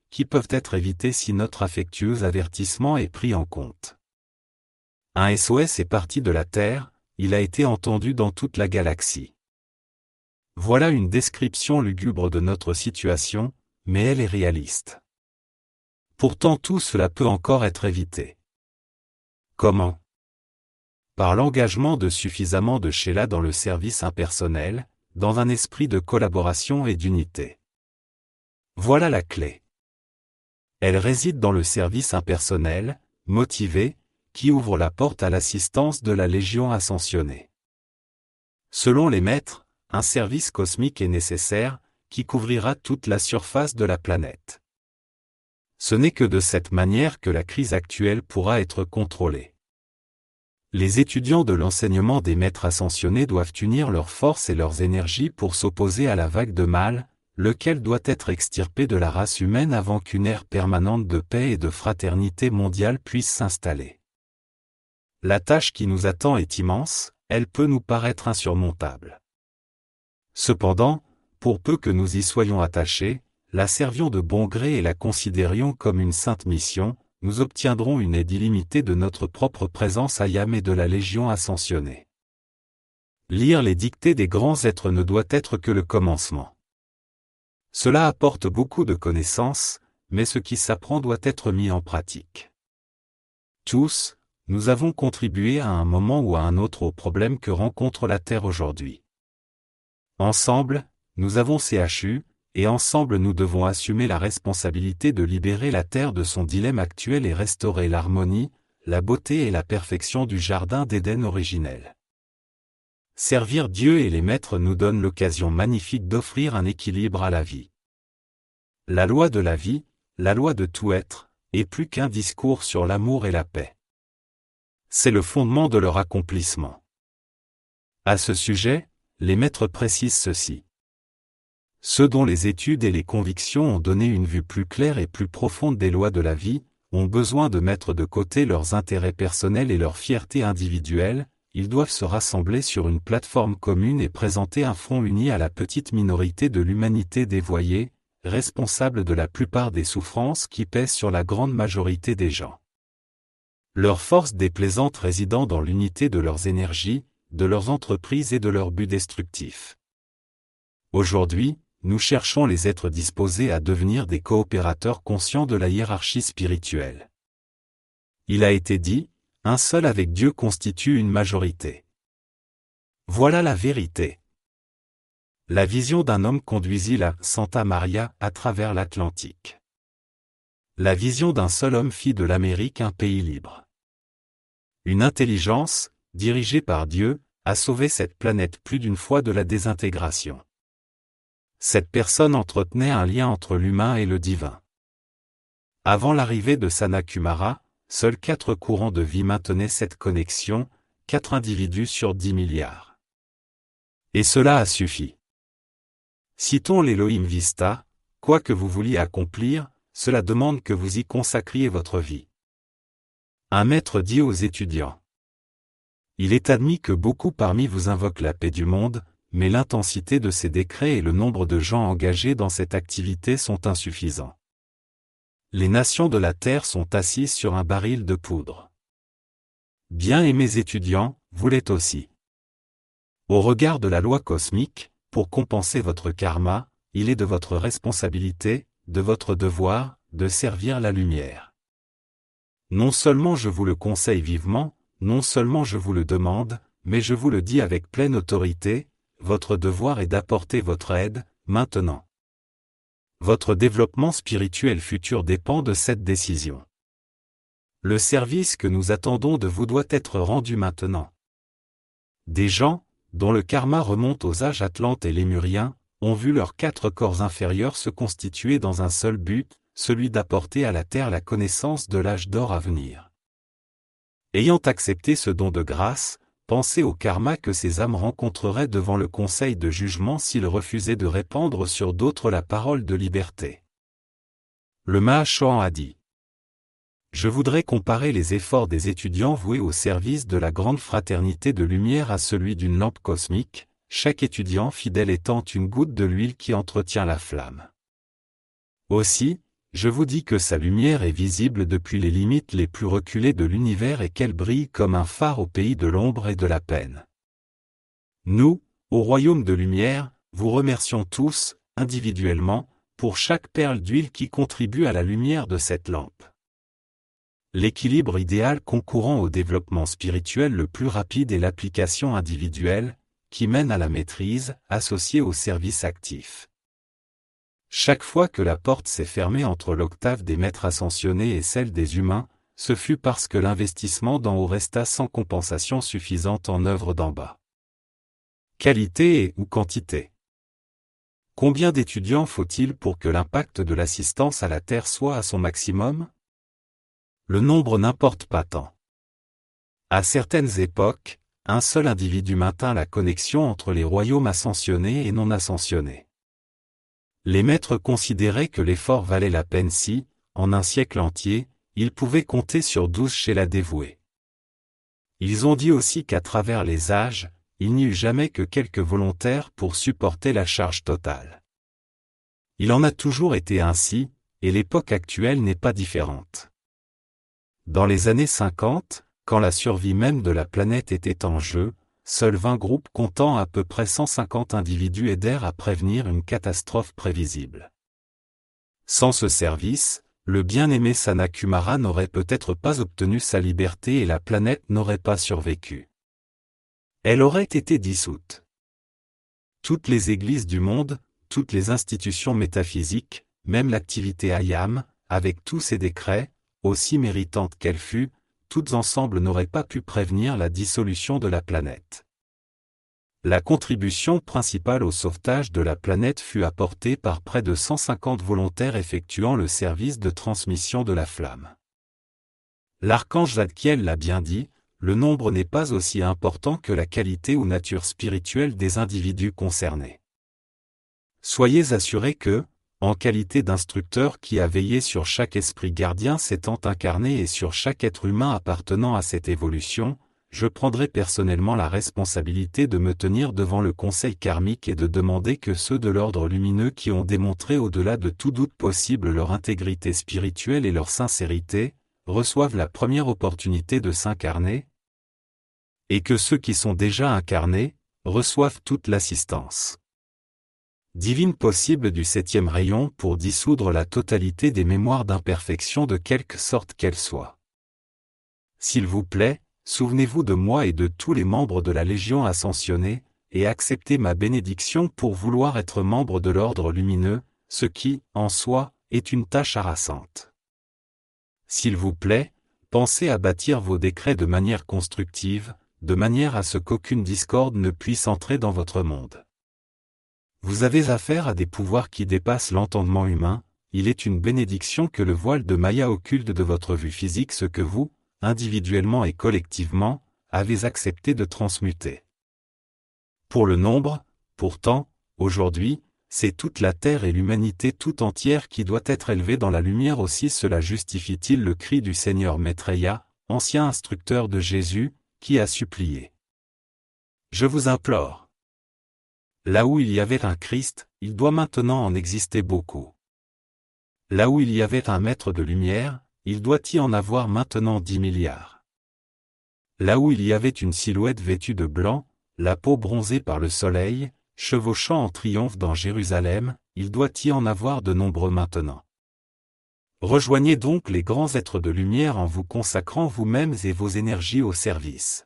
qui peuvent être évités si notre affectueux avertissement est pris en compte. Un S O S est parti de la Terre, il a été entendu dans toute la galaxie. Voilà une description lugubre de notre situation, mais elle est réaliste. Pourtant tout cela peut encore être évité. Comment? Par l'engagement de suffisamment de Sheila dans le service impersonnel, dans un esprit de collaboration et d'unité. Voilà la clé. Elle réside dans le service impersonnel, motivé, qui ouvre la porte à l'assistance de la Légion ascensionnée. Selon les maîtres, un service cosmique est nécessaire, qui couvrira toute la surface de la planète. Ce n'est que de cette manière que la crise actuelle pourra être contrôlée. Les étudiants de l'enseignement des maîtres ascensionnés doivent unir leurs forces et leurs énergies pour s'opposer à la vague de mal, lequel doit être extirpé de la race humaine avant qu'une ère permanente de paix et de fraternité mondiale puisse s'installer. La tâche qui nous attend est immense, elle peut nous paraître insurmontable. Cependant, pour peu que nous y soyons attachés, la servions de bon gré et la considérions comme une sainte mission, nous obtiendrons une aide illimitée de notre propre présence à Yam et de la Légion ascensionnée. Lire les dictées des grands êtres ne doit être que le commencement. Cela apporte beaucoup de connaissances, mais ce qui s'apprend doit être mis en pratique. Tous, nous avons contribué à un moment ou à un autre aux problèmes que rencontre la Terre aujourd'hui. Ensemble, nous avons C H U, et ensemble nous devons assumer la responsabilité de libérer la Terre de son dilemme actuel et restaurer l'harmonie, la beauté et la perfection du jardin d'Éden originel. Servir Dieu et les maîtres nous donne l'occasion magnifique d'offrir un équilibre à la vie. La loi de la vie, la loi de tout être, est plus qu'un discours sur l'amour et la paix. C'est le fondement de leur accomplissement. À ce sujet, les maîtres précisent ceci. Ceux dont les études et les convictions ont donné une vue plus claire et plus profonde des lois de la vie, ont besoin de mettre de côté leurs intérêts personnels et leur fierté individuelle, ils doivent se rassembler sur une plateforme commune et présenter un front uni à la petite minorité de l'humanité dévoyée, responsable de la plupart des souffrances qui pèsent sur la grande majorité des gens. Leur force déplaisante résidant dans l'unité de leurs énergies, de leurs entreprises et de leurs buts destructifs. Aujourd'hui, nous cherchons les êtres disposés à devenir des coopérateurs conscients de la hiérarchie spirituelle. Il a été dit, un seul avec Dieu constitue une majorité. Voilà la vérité. La vision d'un homme conduisit la Santa Maria à travers l'Atlantique. La vision d'un seul homme fit de l'Amérique un pays libre. Une intelligence, dirigée par Dieu, a sauvé cette planète plus d'une fois de la désintégration. Cette personne entretenait un lien entre l'humain et le divin. Avant l'arrivée de Sanat-Kumara, seuls quatre courants de vie maintenaient cette connexion, quatre individus sur dix milliards. Et cela a suffi. Citons l'Elohim Vista, quoi que vous vouliez accomplir, cela demande que vous y consacriez votre vie. Un maître dit aux étudiants. Il est admis que beaucoup parmi vous invoquent la paix du monde, mais l'intensité de ces décrets et le nombre de gens engagés dans cette activité sont insuffisants. Les nations de la Terre sont assises sur un baril de poudre. Bien-aimés étudiants, vous l'êtes aussi. Au regard de la loi cosmique, pour compenser votre karma, il est de votre responsabilité, de votre devoir, de servir la lumière. Non seulement je vous le conseille vivement, non seulement je vous le demande, mais je vous le dis avec pleine autorité, votre devoir est d'apporter votre aide, maintenant. Votre développement spirituel futur dépend de cette décision. Le service que nous attendons de vous doit être rendu maintenant. Des gens, dont le karma remonte aux âges atlantes et lémuriens, ont vu leurs quatre corps inférieurs se constituer dans un seul but, celui d'apporter à la Terre la connaissance de l'âge d'or à venir. Ayant accepté ce don de grâce, pensez au karma que ces âmes rencontreraient devant le conseil de jugement s'ils refusaient de répandre sur d'autres la parole de liberté. Le Mahachohan a dit. Je voudrais comparer les efforts des étudiants voués au service de la grande fraternité de lumière à celui d'une lampe cosmique, chaque étudiant fidèle étant une goutte de l'huile qui entretient la flamme. Aussi, je vous dis que sa lumière est visible depuis les limites les plus reculées de l'univers et qu'elle brille comme un phare au pays de l'ombre et de la peine. Nous, au royaume de lumière, vous remercions tous, individuellement, pour chaque perle d'huile qui contribue à la lumière de cette lampe. L'équilibre idéal concourant au développement spirituel le plus rapide est l'application individuelle, qui mène à la maîtrise, associée au service actif. Chaque fois que la porte s'est fermée entre l'octave des maîtres ascensionnés et celle des humains, ce fut parce que l'investissement d'en haut resta sans compensation suffisante en œuvre d'en bas. Qualité et ou quantité. Combien d'étudiants faut-il pour que l'impact de l'assistance à la Terre soit à son maximum? Le nombre n'importe pas tant. À certaines époques, un seul individu maintint la connexion entre les royaumes ascensionnés et non ascensionnés. Les maîtres considéraient que l'effort valait la peine si, en un siècle entier, ils pouvaient compter sur douze chez la dévouée. Ils ont dit aussi qu'à travers les âges, il n'y eut jamais que quelques volontaires pour supporter la charge totale. Il en a toujours été ainsi, et l'époque actuelle n'est pas différente. Dans les années cinquante, quand la survie même de la planète était en jeu, seuls vingt groupes comptant à peu près cent cinquante individus aidèrent à prévenir une catastrophe prévisible. Sans ce service, le bien-aimé Sanat-Kumara n'aurait peut-être pas obtenu sa liberté et la planète n'aurait pas survécu. Elle aurait été dissoute. Toutes les églises du monde, toutes les institutions métaphysiques, même l'activité Ayam, avec tous ses décrets, aussi méritante qu'elle fût, toutes ensemble n'auraient pas pu prévenir la dissolution de la planète. La contribution principale au sauvetage de la planète fut apportée par près de cent cinquante volontaires effectuant le service de transmission de la flamme. L'archange Zadkiel l'a bien dit, le nombre n'est pas aussi important que la qualité ou nature spirituelle des individus concernés. Soyez assurés que, en qualité d'instructeur qui a veillé sur chaque esprit gardien s'étant incarné et sur chaque être humain appartenant à cette évolution, je prendrai personnellement la responsabilité de me tenir devant le conseil karmique et de demander que ceux de l'ordre lumineux qui ont démontré au-delà de tout doute possible leur intégrité spirituelle et leur sincérité, reçoivent la première opportunité de s'incarner, et que ceux qui sont déjà incarnés, reçoivent toute l'assistance divine possible du septième rayon pour dissoudre la totalité des mémoires d'imperfection de quelque sorte qu'elles soient. S'il vous plaît, souvenez-vous de moi et de tous les membres de la Légion ascensionnée, et acceptez ma bénédiction pour vouloir être membre de l'ordre lumineux, ce qui, en soi, est une tâche harassante. S'il vous plaît, pensez à bâtir vos décrets de manière constructive, de manière à ce qu'aucune discorde ne puisse entrer dans votre monde. Vous avez affaire à des pouvoirs qui dépassent l'entendement humain, il est une bénédiction que le voile de Maya occulte de votre vue physique ce que vous, individuellement et collectivement, avez accepté de transmuter. Pour le nombre, pourtant, aujourd'hui, c'est toute la terre et l'humanité tout entière qui doit être élevée dans la lumière aussi. Cela justifie-t-il le cri du Seigneur Maitreya, ancien instructeur de Jésus, qui a supplié. Je vous implore. Là où il y avait un Christ, il doit maintenant en exister beaucoup. Là où il y avait un maître de lumière, il doit y en avoir maintenant dix milliards. Là où il y avait une silhouette vêtue de blanc, la peau bronzée par le soleil, chevauchant en triomphe dans Jérusalem, il doit y en avoir de nombreux maintenant. Rejoignez donc les grands êtres de lumière en vous consacrant vous-mêmes et vos énergies au service.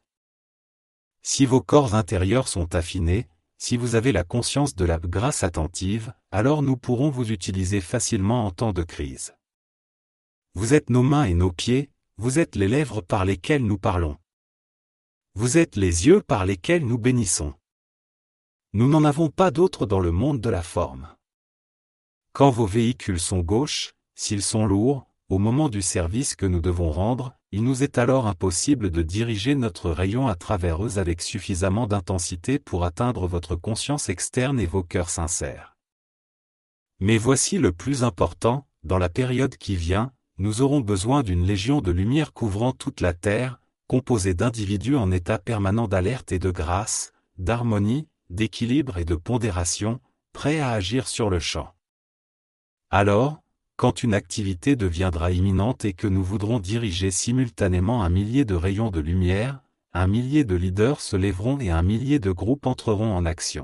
Si vos corps intérieurs sont affinés, si vous avez la conscience de la grâce attentive, alors nous pourrons vous utiliser facilement en temps de crise. Vous êtes nos mains et nos pieds, vous êtes les lèvres par lesquelles nous parlons. Vous êtes les yeux par lesquels nous bénissons. Nous n'en avons pas d'autres dans le monde de la forme. Quand vos véhicules sont gauches, s'ils sont lourds, au moment du service que nous devons rendre, il nous est alors impossible de diriger notre rayon à travers eux avec suffisamment d'intensité pour atteindre votre conscience externe et vos cœurs sincères. Mais voici le plus important, dans la période qui vient, nous aurons besoin d'une légion de lumière couvrant toute la terre, composée d'individus en état permanent d'alerte et de grâce, d'harmonie, d'équilibre et de pondération, prêts à agir sur le champ. Alors, quand une activité deviendra imminente et que nous voudrons diriger simultanément un millier de rayons de lumière, un millier de leaders se lèveront et un millier de groupes entreront en action.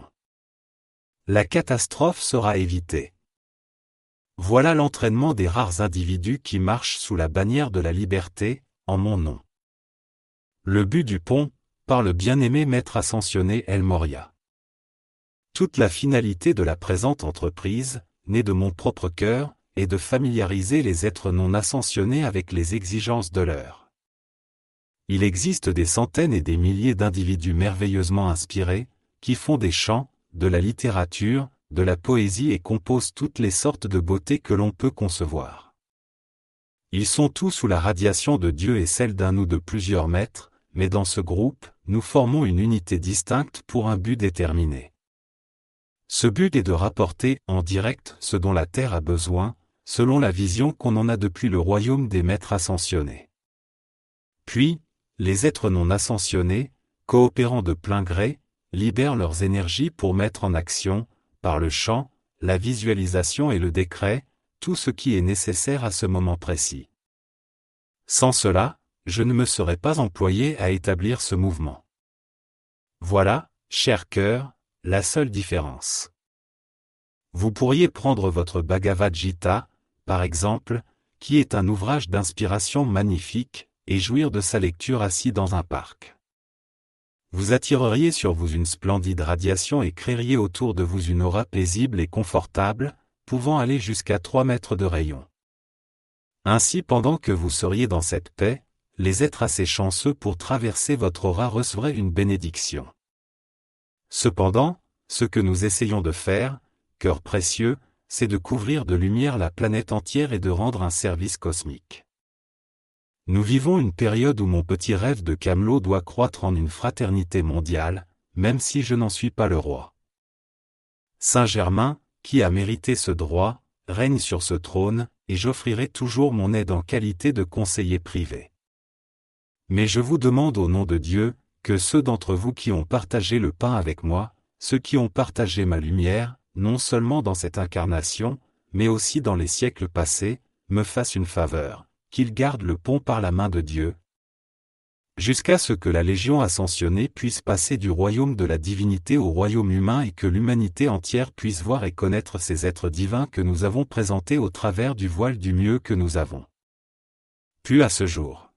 La catastrophe sera évitée. Voilà l'entraînement des rares individus qui marchent sous la bannière de la liberté, en mon nom. Le but du pont, par le bien-aimé maître ascensionné El Morya. Toute la finalité de la présente entreprise, née de mon propre cœur, est de familiariser les êtres non ascensionnés avec les exigences de l'heure. Il existe des centaines et des milliers d'individus merveilleusement inspirés, qui font des chants, de la littérature, de la poésie et composent toutes les sortes de beautés que l'on peut concevoir. Ils sont tous sous la radiation de Dieu et celle d'un ou de plusieurs maîtres, mais dans ce groupe, nous formons une unité distincte pour un but déterminé. Ce but est de rapporter, en direct, ce dont la Terre a besoin, selon la vision qu'on en a depuis le royaume des maîtres ascensionnés. Puis, les êtres non ascensionnés, coopérant de plein gré, libèrent leurs énergies pour mettre en action, par le chant, la visualisation et le décret, tout ce qui est nécessaire à ce moment précis. Sans cela, je ne me serais pas employé à établir ce mouvement. Voilà, cher cœur, la seule différence. Vous pourriez prendre votre Bhagavad Gita, par exemple, qui est un ouvrage d'inspiration magnifique, et jouir de sa lecture assis dans un parc. Vous attireriez sur vous une splendide radiation et créeriez autour de vous une aura paisible et confortable, pouvant aller jusqu'à trois mètres de rayon. Ainsi, pendant que vous seriez dans cette paix, les êtres assez chanceux pour traverser votre aura recevraient une bénédiction. Cependant, ce que nous essayons de faire, cœur précieux, c'est de couvrir de lumière la planète entière et de rendre un service cosmique. Nous vivons une période où mon petit rêve de Camelot doit croître en une fraternité mondiale, même si je n'en suis pas le roi. Saint-Germain, qui a mérité ce droit, règne sur ce trône, et j'offrirai toujours mon aide en qualité de conseiller privé. Mais je vous demande au nom de Dieu, que ceux d'entre vous qui ont partagé le pain avec moi, ceux qui ont partagé ma lumière, non seulement dans cette incarnation, mais aussi dans les siècles passés, me fassent une faveur, qu'ils gardent le pont par la main de Dieu, jusqu'à ce que la Légion ascensionnée puisse passer du royaume de la divinité au royaume humain et que l'humanité entière puisse voir et connaître ces êtres divins que nous avons présentés au travers du voile du mieux que nous avons pu à ce jour.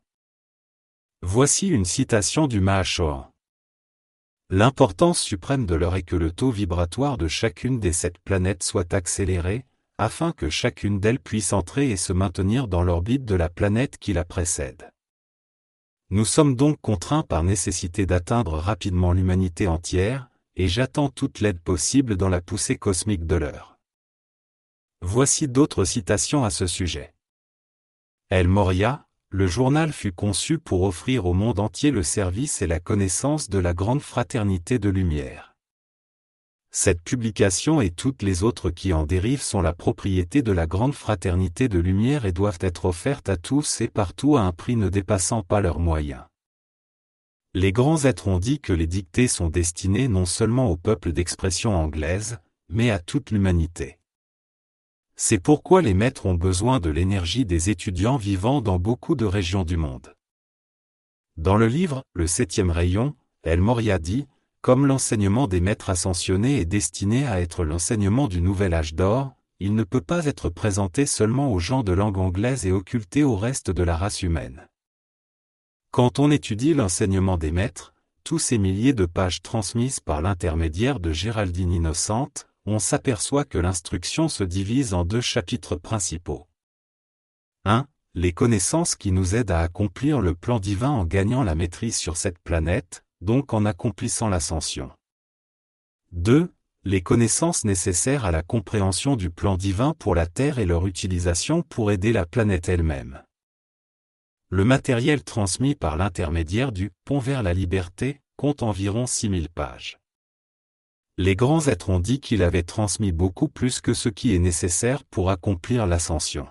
Voici une citation du Mahachohan. L'importance suprême de l'heure est que le taux vibratoire de chacune des sept planètes soit accéléré, afin que chacune d'elles puisse entrer et se maintenir dans l'orbite de la planète qui la précède. Nous sommes donc contraints par nécessité d'atteindre rapidement l'humanité entière, et j'attends toute l'aide possible dans la poussée cosmique de l'heure. Voici d'autres citations à ce sujet. El Morya, le journal fut conçu pour offrir au monde entier le service et la connaissance de la grande fraternité de lumière. Cette publication et toutes les autres qui en dérivent sont la propriété de la grande fraternité de lumière et doivent être offertes à tous et partout à un prix ne dépassant pas leurs moyens. Les grands êtres ont dit que les dictées sont destinées non seulement au peuple d'expression anglaise, mais à toute l'humanité. C'est pourquoi les maîtres ont besoin de l'énergie des étudiants vivant dans beaucoup de régions du monde. Dans le livre « Le septième rayon », El Morya dit, comme l'enseignement des maîtres ascensionnés est destiné à être l'enseignement du nouvel âge d'or, il ne peut pas être présenté seulement aux gens de langue anglaise et occulté au reste de la race humaine. Quand on étudie l'enseignement des maîtres, tous ces milliers de pages transmises par l'intermédiaire de Géraldine Innocente, on s'aperçoit que l'instruction se divise en deux chapitres principaux. un. Les connaissances qui nous aident à accomplir le plan divin en gagnant la maîtrise sur cette planète, donc en accomplissant l'ascension. deux. Les connaissances nécessaires à la compréhension du plan divin pour la Terre et leur utilisation pour aider la planète elle-même. Le matériel transmis par l'intermédiaire du « Pont vers la liberté » compte environ six mille pages. Les grands êtres ont dit qu'il avait transmis beaucoup plus que ce qui est nécessaire pour accomplir l'ascension.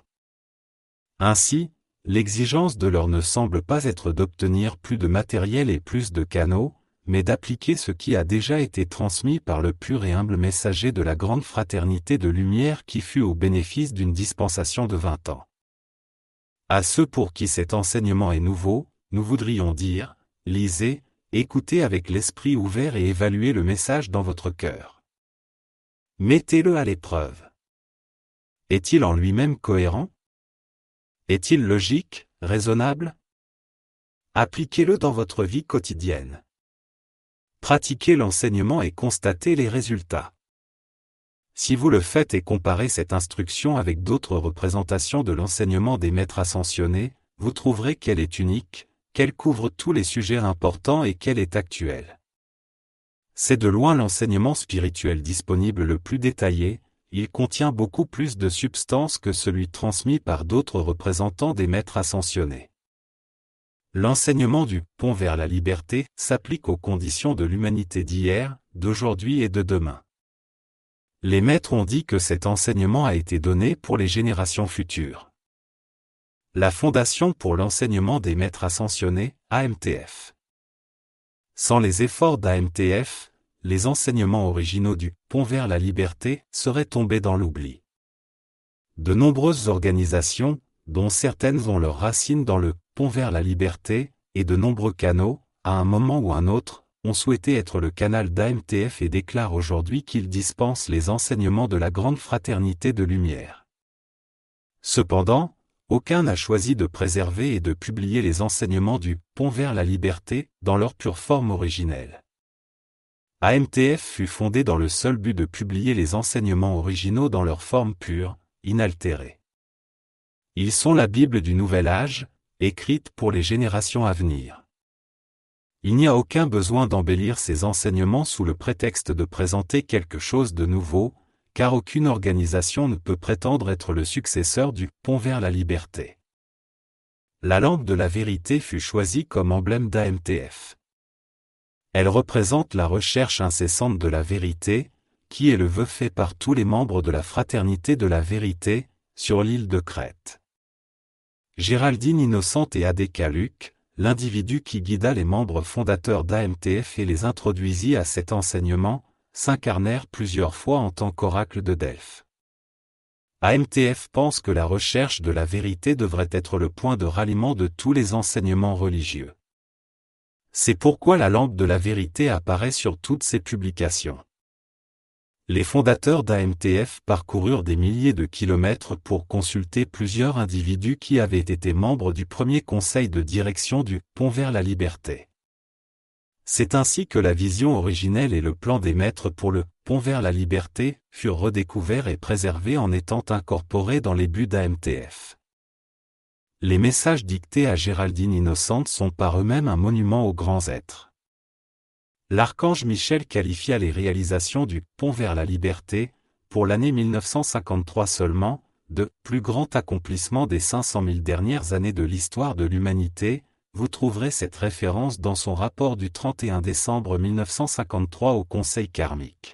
Ainsi, l'exigence de l'heure ne semble pas être d'obtenir plus de matériel et plus de canaux, mais d'appliquer ce qui a déjà été transmis par le pur et humble messager de la grande fraternité de lumière qui fut au bénéfice d'une dispensation de vingt ans. À ceux pour qui cet enseignement est nouveau, nous voudrions dire, lisez, écoutez avec l'esprit ouvert et évaluez le message dans votre cœur. Mettez-le à l'épreuve. Est-il en lui-même cohérent? Est-il logique, raisonnable? Appliquez-le dans votre vie quotidienne. Pratiquez l'enseignement et constatez les résultats. Si vous le faites et comparez cette instruction avec d'autres représentations de l'enseignement des maîtres ascensionnés, vous trouverez qu'elle est unique, qu'elle couvre tous les sujets importants et qu'elle est actuelle. C'est de loin l'enseignement spirituel disponible le plus détaillé, il contient beaucoup plus de substance que celui transmis par d'autres représentants des maîtres ascensionnés. L'enseignement du « pont vers la liberté » s'applique aux conditions de l'humanité d'hier, d'aujourd'hui et de demain. Les maîtres ont dit que cet enseignement a été donné pour les générations futures. La Fondation pour l'enseignement des maîtres ascensionnés, A M T F. Sans les efforts d'A M T F, les enseignements originaux du « pont vers la liberté » seraient tombés dans l'oubli. De nombreuses organisations, dont certaines ont leurs racines dans le « pont vers la liberté » et de nombreux canaux, à un moment ou un autre, ont souhaité être le canal d'A M T F et déclarent aujourd'hui qu'ils dispensent les enseignements de la grande fraternité de lumière. Cependant, aucun n'a choisi de préserver et de publier les enseignements du « pont vers la liberté » dans leur pure forme originelle. A M T F fut fondé dans le seul but de publier les enseignements originaux dans leur forme pure, inaltérée. Ils sont la Bible du Nouvel Âge, écrite pour les générations à venir. Il n'y a aucun besoin d'embellir ces enseignements sous le prétexte de présenter quelque chose de nouveau, car aucune organisation ne peut prétendre être le successeur du « pont vers la liberté ». La lampe de la vérité fut choisie comme emblème d'A M T F. Elle représente la recherche incessante de la vérité, qui est le vœu fait par tous les membres de la Fraternité de la Vérité, sur l'île de Crète. Géraldine Innocente et Adeka Luc, l'individu qui guida les membres fondateurs d'A M T F et les introduisit à cet enseignement, s'incarnèrent plusieurs fois en tant qu'oracle de Delphes. A M T F pense que la recherche de la vérité devrait être le point de ralliement de tous les enseignements religieux. C'est pourquoi la lampe de la vérité apparaît sur toutes ses publications. Les fondateurs d'A M T F parcoururent des milliers de kilomètres pour consulter plusieurs individus qui avaient été membres du premier conseil de direction du « pont vers la liberté ». C'est ainsi que la vision originelle et le plan des maîtres pour le « pont vers la liberté » furent redécouverts et préservés en étant incorporés dans les buts d'A M T F. Les messages dictés à Géraldine Innocente sont par eux-mêmes un monument aux grands êtres. L'archange Michel qualifia les réalisations du « pont vers la liberté », pour l'année mille neuf cent cinquante-trois seulement, de « plus grand accomplissement des cinq cent mille dernières années de l'histoire de l'humanité ». Vous trouverez cette référence dans son rapport du trente et un décembre mille neuf cent cinquante-trois au Conseil karmique.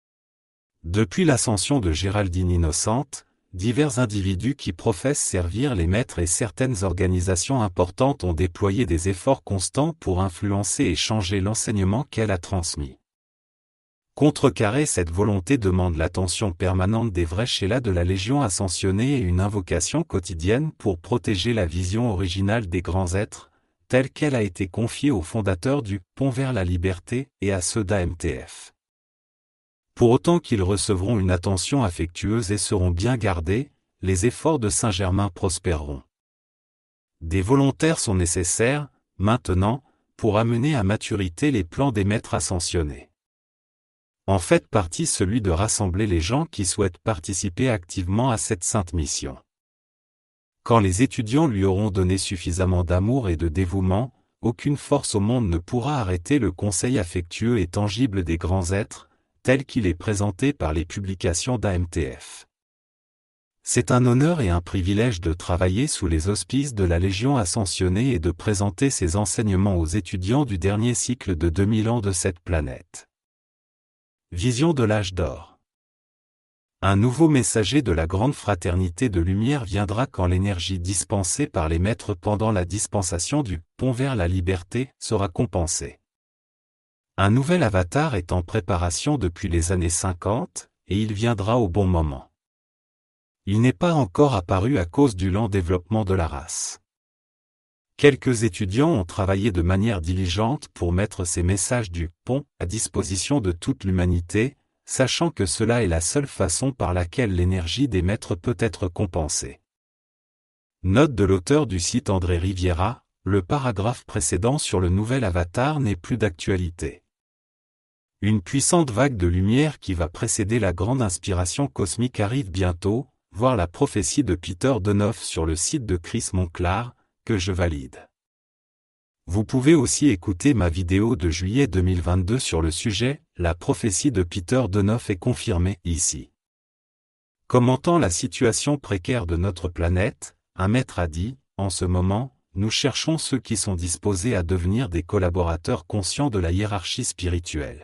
Depuis l'ascension de Géraldine Innocente, divers individus qui professent servir les maîtres et certaines organisations importantes ont déployé des efforts constants pour influencer et changer l'enseignement qu'elle a transmis. Contrecarrer cette volonté demande l'attention permanente des vrais chélats de la Légion ascensionnée et une invocation quotidienne pour protéger la vision originale des grands êtres, telle qu'elle a été confiée aux fondateurs du « pont vers la liberté » et à ceux d'A M T F. Pour autant qu'ils recevront une attention affectueuse et seront bien gardés, les efforts de Saint-Germain prospéreront. Des volontaires sont nécessaires, maintenant, pour amener à maturité les plans des maîtres ascensionnés. En fait partie celui de rassembler les gens qui souhaitent participer activement à cette sainte mission. Quand les étudiants lui auront donné suffisamment d'amour et de dévouement, aucune force au monde ne pourra arrêter le conseil affectueux et tangible des grands êtres, tel qu'il est présenté par les publications d'A M T F. C'est un honneur et un privilège de travailler sous les auspices de la Légion ascensionnée et de présenter ces enseignements aux étudiants du dernier cycle de deux mille ans de cette planète. Vision de l'âge d'or. Un nouveau messager de la grande fraternité de lumière viendra quand l'énergie dispensée par les maîtres pendant la dispensation du « pont vers la liberté » sera compensée. Un nouvel avatar est en préparation depuis les années cinquante, et il viendra au bon moment. Il n'est pas encore apparu à cause du lent développement de la race. Quelques étudiants ont travaillé de manière diligente pour mettre ces messages du pont à disposition de toute l'humanité, sachant que cela est la seule façon par laquelle l'énergie des maîtres peut être compensée. Note de l'auteur du site André Riviera, le paragraphe précédent sur le nouvel avatar n'est plus d'actualité. Une puissante vague de lumière qui va précéder la grande inspiration cosmique arrive bientôt, voir la prophétie de Peter Donoff sur le site de Chris Monclar, que je valide. Vous pouvez aussi écouter ma vidéo de juillet deux mille vingt-deux sur le sujet, la prophétie de Peter Donoff est confirmée ici. Commentant la situation précaire de notre planète, un maître a dit, en ce moment, nous cherchons ceux qui sont disposés à devenir des collaborateurs conscients de la hiérarchie spirituelle.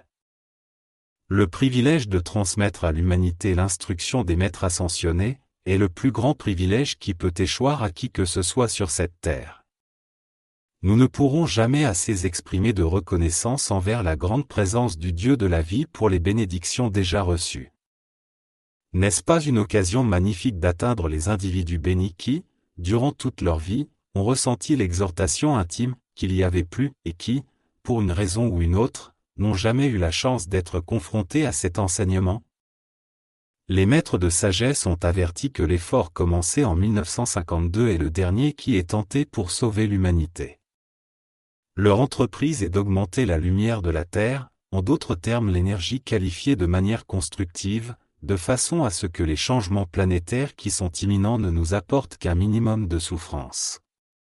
Le privilège de transmettre à l'humanité l'instruction des maîtres ascensionnés est le plus grand privilège qui peut échoir à qui que ce soit sur cette terre. Nous ne pourrons jamais assez exprimer de reconnaissance envers la grande présence du Dieu de la vie pour les bénédictions déjà reçues. N'est-ce pas une occasion magnifique d'atteindre les individus bénis qui, durant toute leur vie, ont ressenti l'exhortation intime qu'il y avait plus et qui, pour une raison ou une autre, n'ont jamais eu la chance d'être confrontés à cet enseignement? Les maîtres de sagesse ont averti que l'effort commencé en mille neuf cent cinquante-deux est le dernier qui est tenté pour sauver l'humanité. Leur entreprise est d'augmenter la lumière de la Terre, en d'autres termes l'énergie qualifiée de manière constructive, de façon à ce que les changements planétaires qui sont imminents ne nous apportent qu'un minimum de souffrance.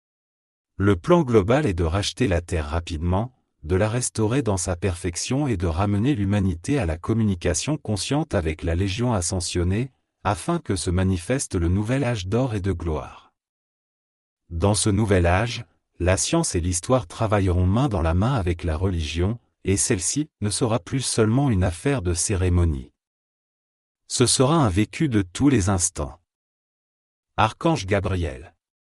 Le plan global est de racheter la Terre rapidement, de la restaurer dans sa perfection et de ramener l'humanité à la communication consciente avec la Légion ascensionnée, afin que se manifeste le nouvel âge d'or et de gloire. Dans ce nouvel âge, la science et l'histoire travailleront main dans la main avec la religion, et celle-ci ne sera plus seulement une affaire de cérémonie. Ce sera un vécu de tous les instants. Archange Gabriel.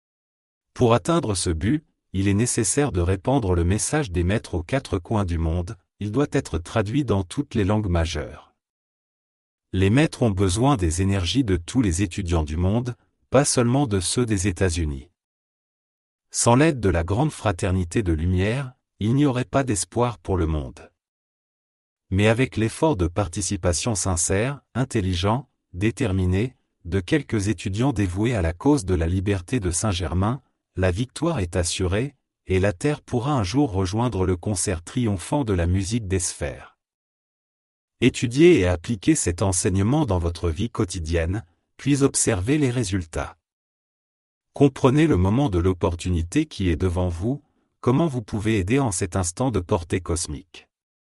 Pour atteindre ce but, il est nécessaire de répandre le message des maîtres aux quatre coins du monde, il doit être traduit dans toutes les langues majeures. Les maîtres ont besoin des énergies de tous les étudiants du monde, pas seulement de ceux des États-Unis. Sans l'aide de la grande fraternité de lumière, il n'y aurait pas d'espoir pour le monde. Mais avec l'effort de participation sincère, intelligent, déterminé, de quelques étudiants dévoués à la cause de la liberté de Saint-Germain, la victoire est assurée, et la Terre pourra un jour rejoindre le concert triomphant de la musique des sphères. Étudiez et appliquez cet enseignement dans votre vie quotidienne, puis observez les résultats. Comprenez le moment de l'opportunité qui est devant vous, comment vous pouvez aider en cet instant de portée cosmique.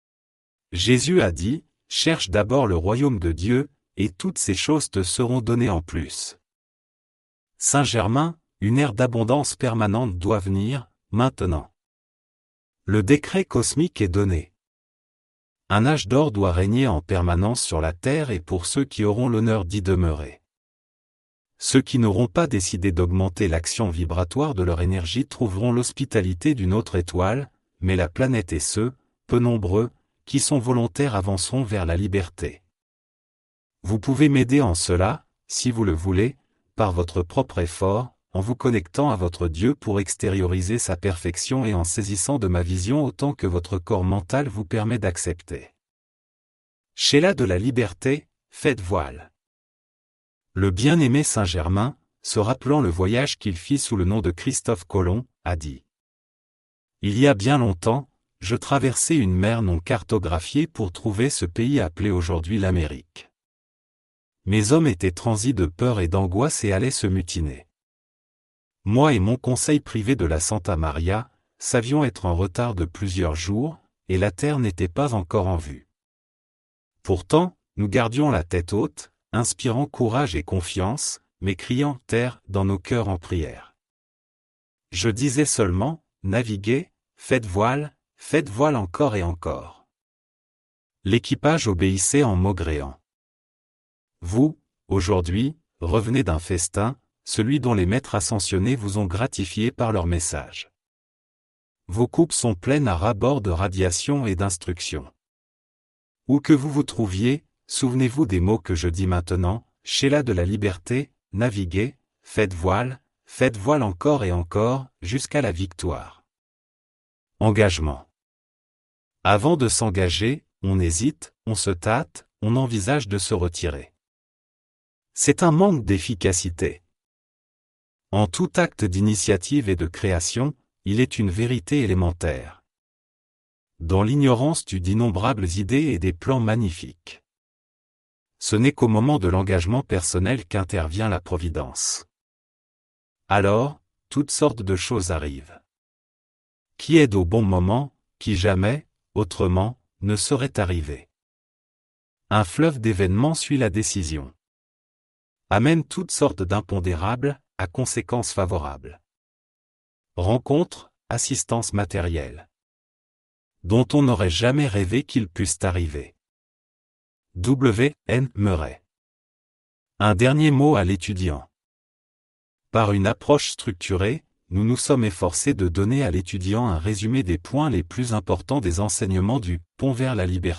Jésus a dit, « Cherche d'abord le royaume de Dieu, et toutes ces choses te seront données en plus. » Saint-Germain, une ère d'abondance permanente doit venir, maintenant. Le décret cosmique est donné. Un âge d'or doit régner en permanence sur la Terre et pour ceux qui auront l'honneur d'y demeurer. Ceux qui n'auront pas décidé d'augmenter l'action vibratoire de leur énergie trouveront l'hospitalité d'une autre étoile, mais la planète et ceux, peu nombreux, qui sont volontaires avanceront vers la liberté. Vous pouvez m'aider en cela, si vous le voulez, par votre propre effort, en vous connectant à votre Dieu pour extérioriser sa perfection et en saisissant de ma vision autant que votre corps mental vous permet d'accepter. Sheila de la liberté, faites voile. Le bien-aimé Saint-Germain, se rappelant le voyage qu'il fit sous le nom de Christophe Colomb, a dit « Il y a bien longtemps, je traversais une mer non cartographiée pour trouver ce pays appelé aujourd'hui l'Amérique. Mes hommes étaient transis de peur et d'angoisse et allaient se mutiner. Moi et mon conseil privé de la Santa Maria, savions être en retard de plusieurs jours, et la terre n'était pas encore en vue. Pourtant, nous gardions la tête haute, inspirant courage et confiance, mais criant « terre » dans nos cœurs en prière. Je disais seulement, naviguez, faites voile, faites voile encore et encore. L'équipage obéissait en maugréant. Vous, aujourd'hui, revenez d'un festin, celui dont les maîtres ascensionnés vous ont gratifié par leur message. Vos coupes sont pleines à ras-bord de radiation et d'instructions. Où que vous vous trouviez, souvenez-vous des mots que je dis maintenant, Sheila de la liberté, naviguez, faites voile, faites voile encore et encore, jusqu'à la victoire. Engagement. Avant de s'engager, on hésite, on se tâte, on envisage de se retirer. C'est un manque d'efficacité. En tout acte d'initiative et de création, il est une vérité élémentaire. Dans l'ignorance tu d'innombrables idées et des plans magnifiques. Ce n'est qu'au moment de l'engagement personnel qu'intervient la providence. Alors, toutes sortes de choses arrivent. Qui aide au bon moment, qui jamais, autrement, ne serait arrivé. Un fleuve d'événements suit la décision. Amène toutes sortes d'impondérables, à conséquences favorables. Rencontres, assistance matérielle. Dont on n'aurait jamais rêvé qu'ils puissent arriver. W N Murray. Un dernier mot à l'étudiant. Par une approche structurée, nous nous sommes efforcés de donner à l'étudiant un résumé des points les plus importants des enseignements du « Pont vers la liberté ».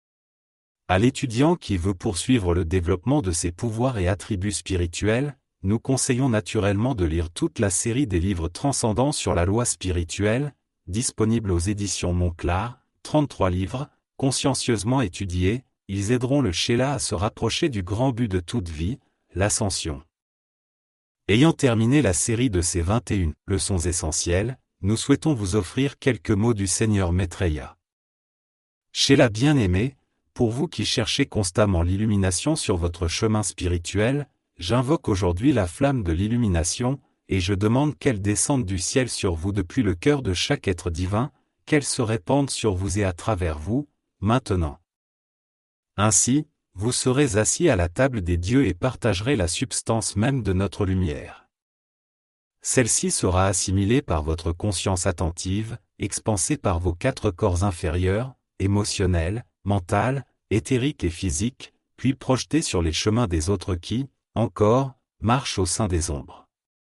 À l'étudiant qui veut poursuivre le développement de ses pouvoirs et attributs spirituels, nous conseillons naturellement de lire toute la série des livres transcendants sur la loi spirituelle, disponible aux éditions Montclar, trente-trois livres, consciencieusement étudiés, ils aideront le Sheila à se rapprocher du grand but de toute vie, l'ascension. Ayant terminé la série de ces vingt et une leçons essentielles, nous souhaitons vous offrir quelques mots du Seigneur Maitreya. Sheila bien-aimé, pour vous qui cherchez constamment l'illumination sur votre chemin spirituel, j'invoque aujourd'hui la flamme de l'illumination, et je demande qu'elle descende du ciel sur vous depuis le cœur de chaque être divin, qu'elle se répande sur vous et à travers vous, maintenant. Ainsi, vous serez assis à la table des dieux et partagerez la substance même de notre lumière. Celle-ci sera assimilée par votre conscience attentive, expansée par vos quatre corps inférieurs, émotionnel, mental, éthérique et physique, puis projetée sur les chemins des autres qui, encore, marchent au sein des ombres.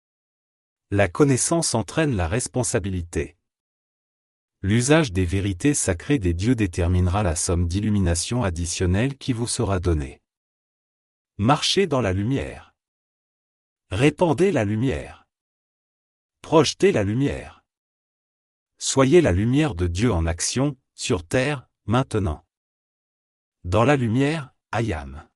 La connaissance entraîne la responsabilité. L'usage des vérités sacrées des dieux déterminera la somme d'illumination additionnelle qui vous sera donnée. Marchez dans la lumière. Répandez la lumière. Projetez la lumière. Soyez la lumière de Dieu en action, sur terre, maintenant. Dans la lumière, I am.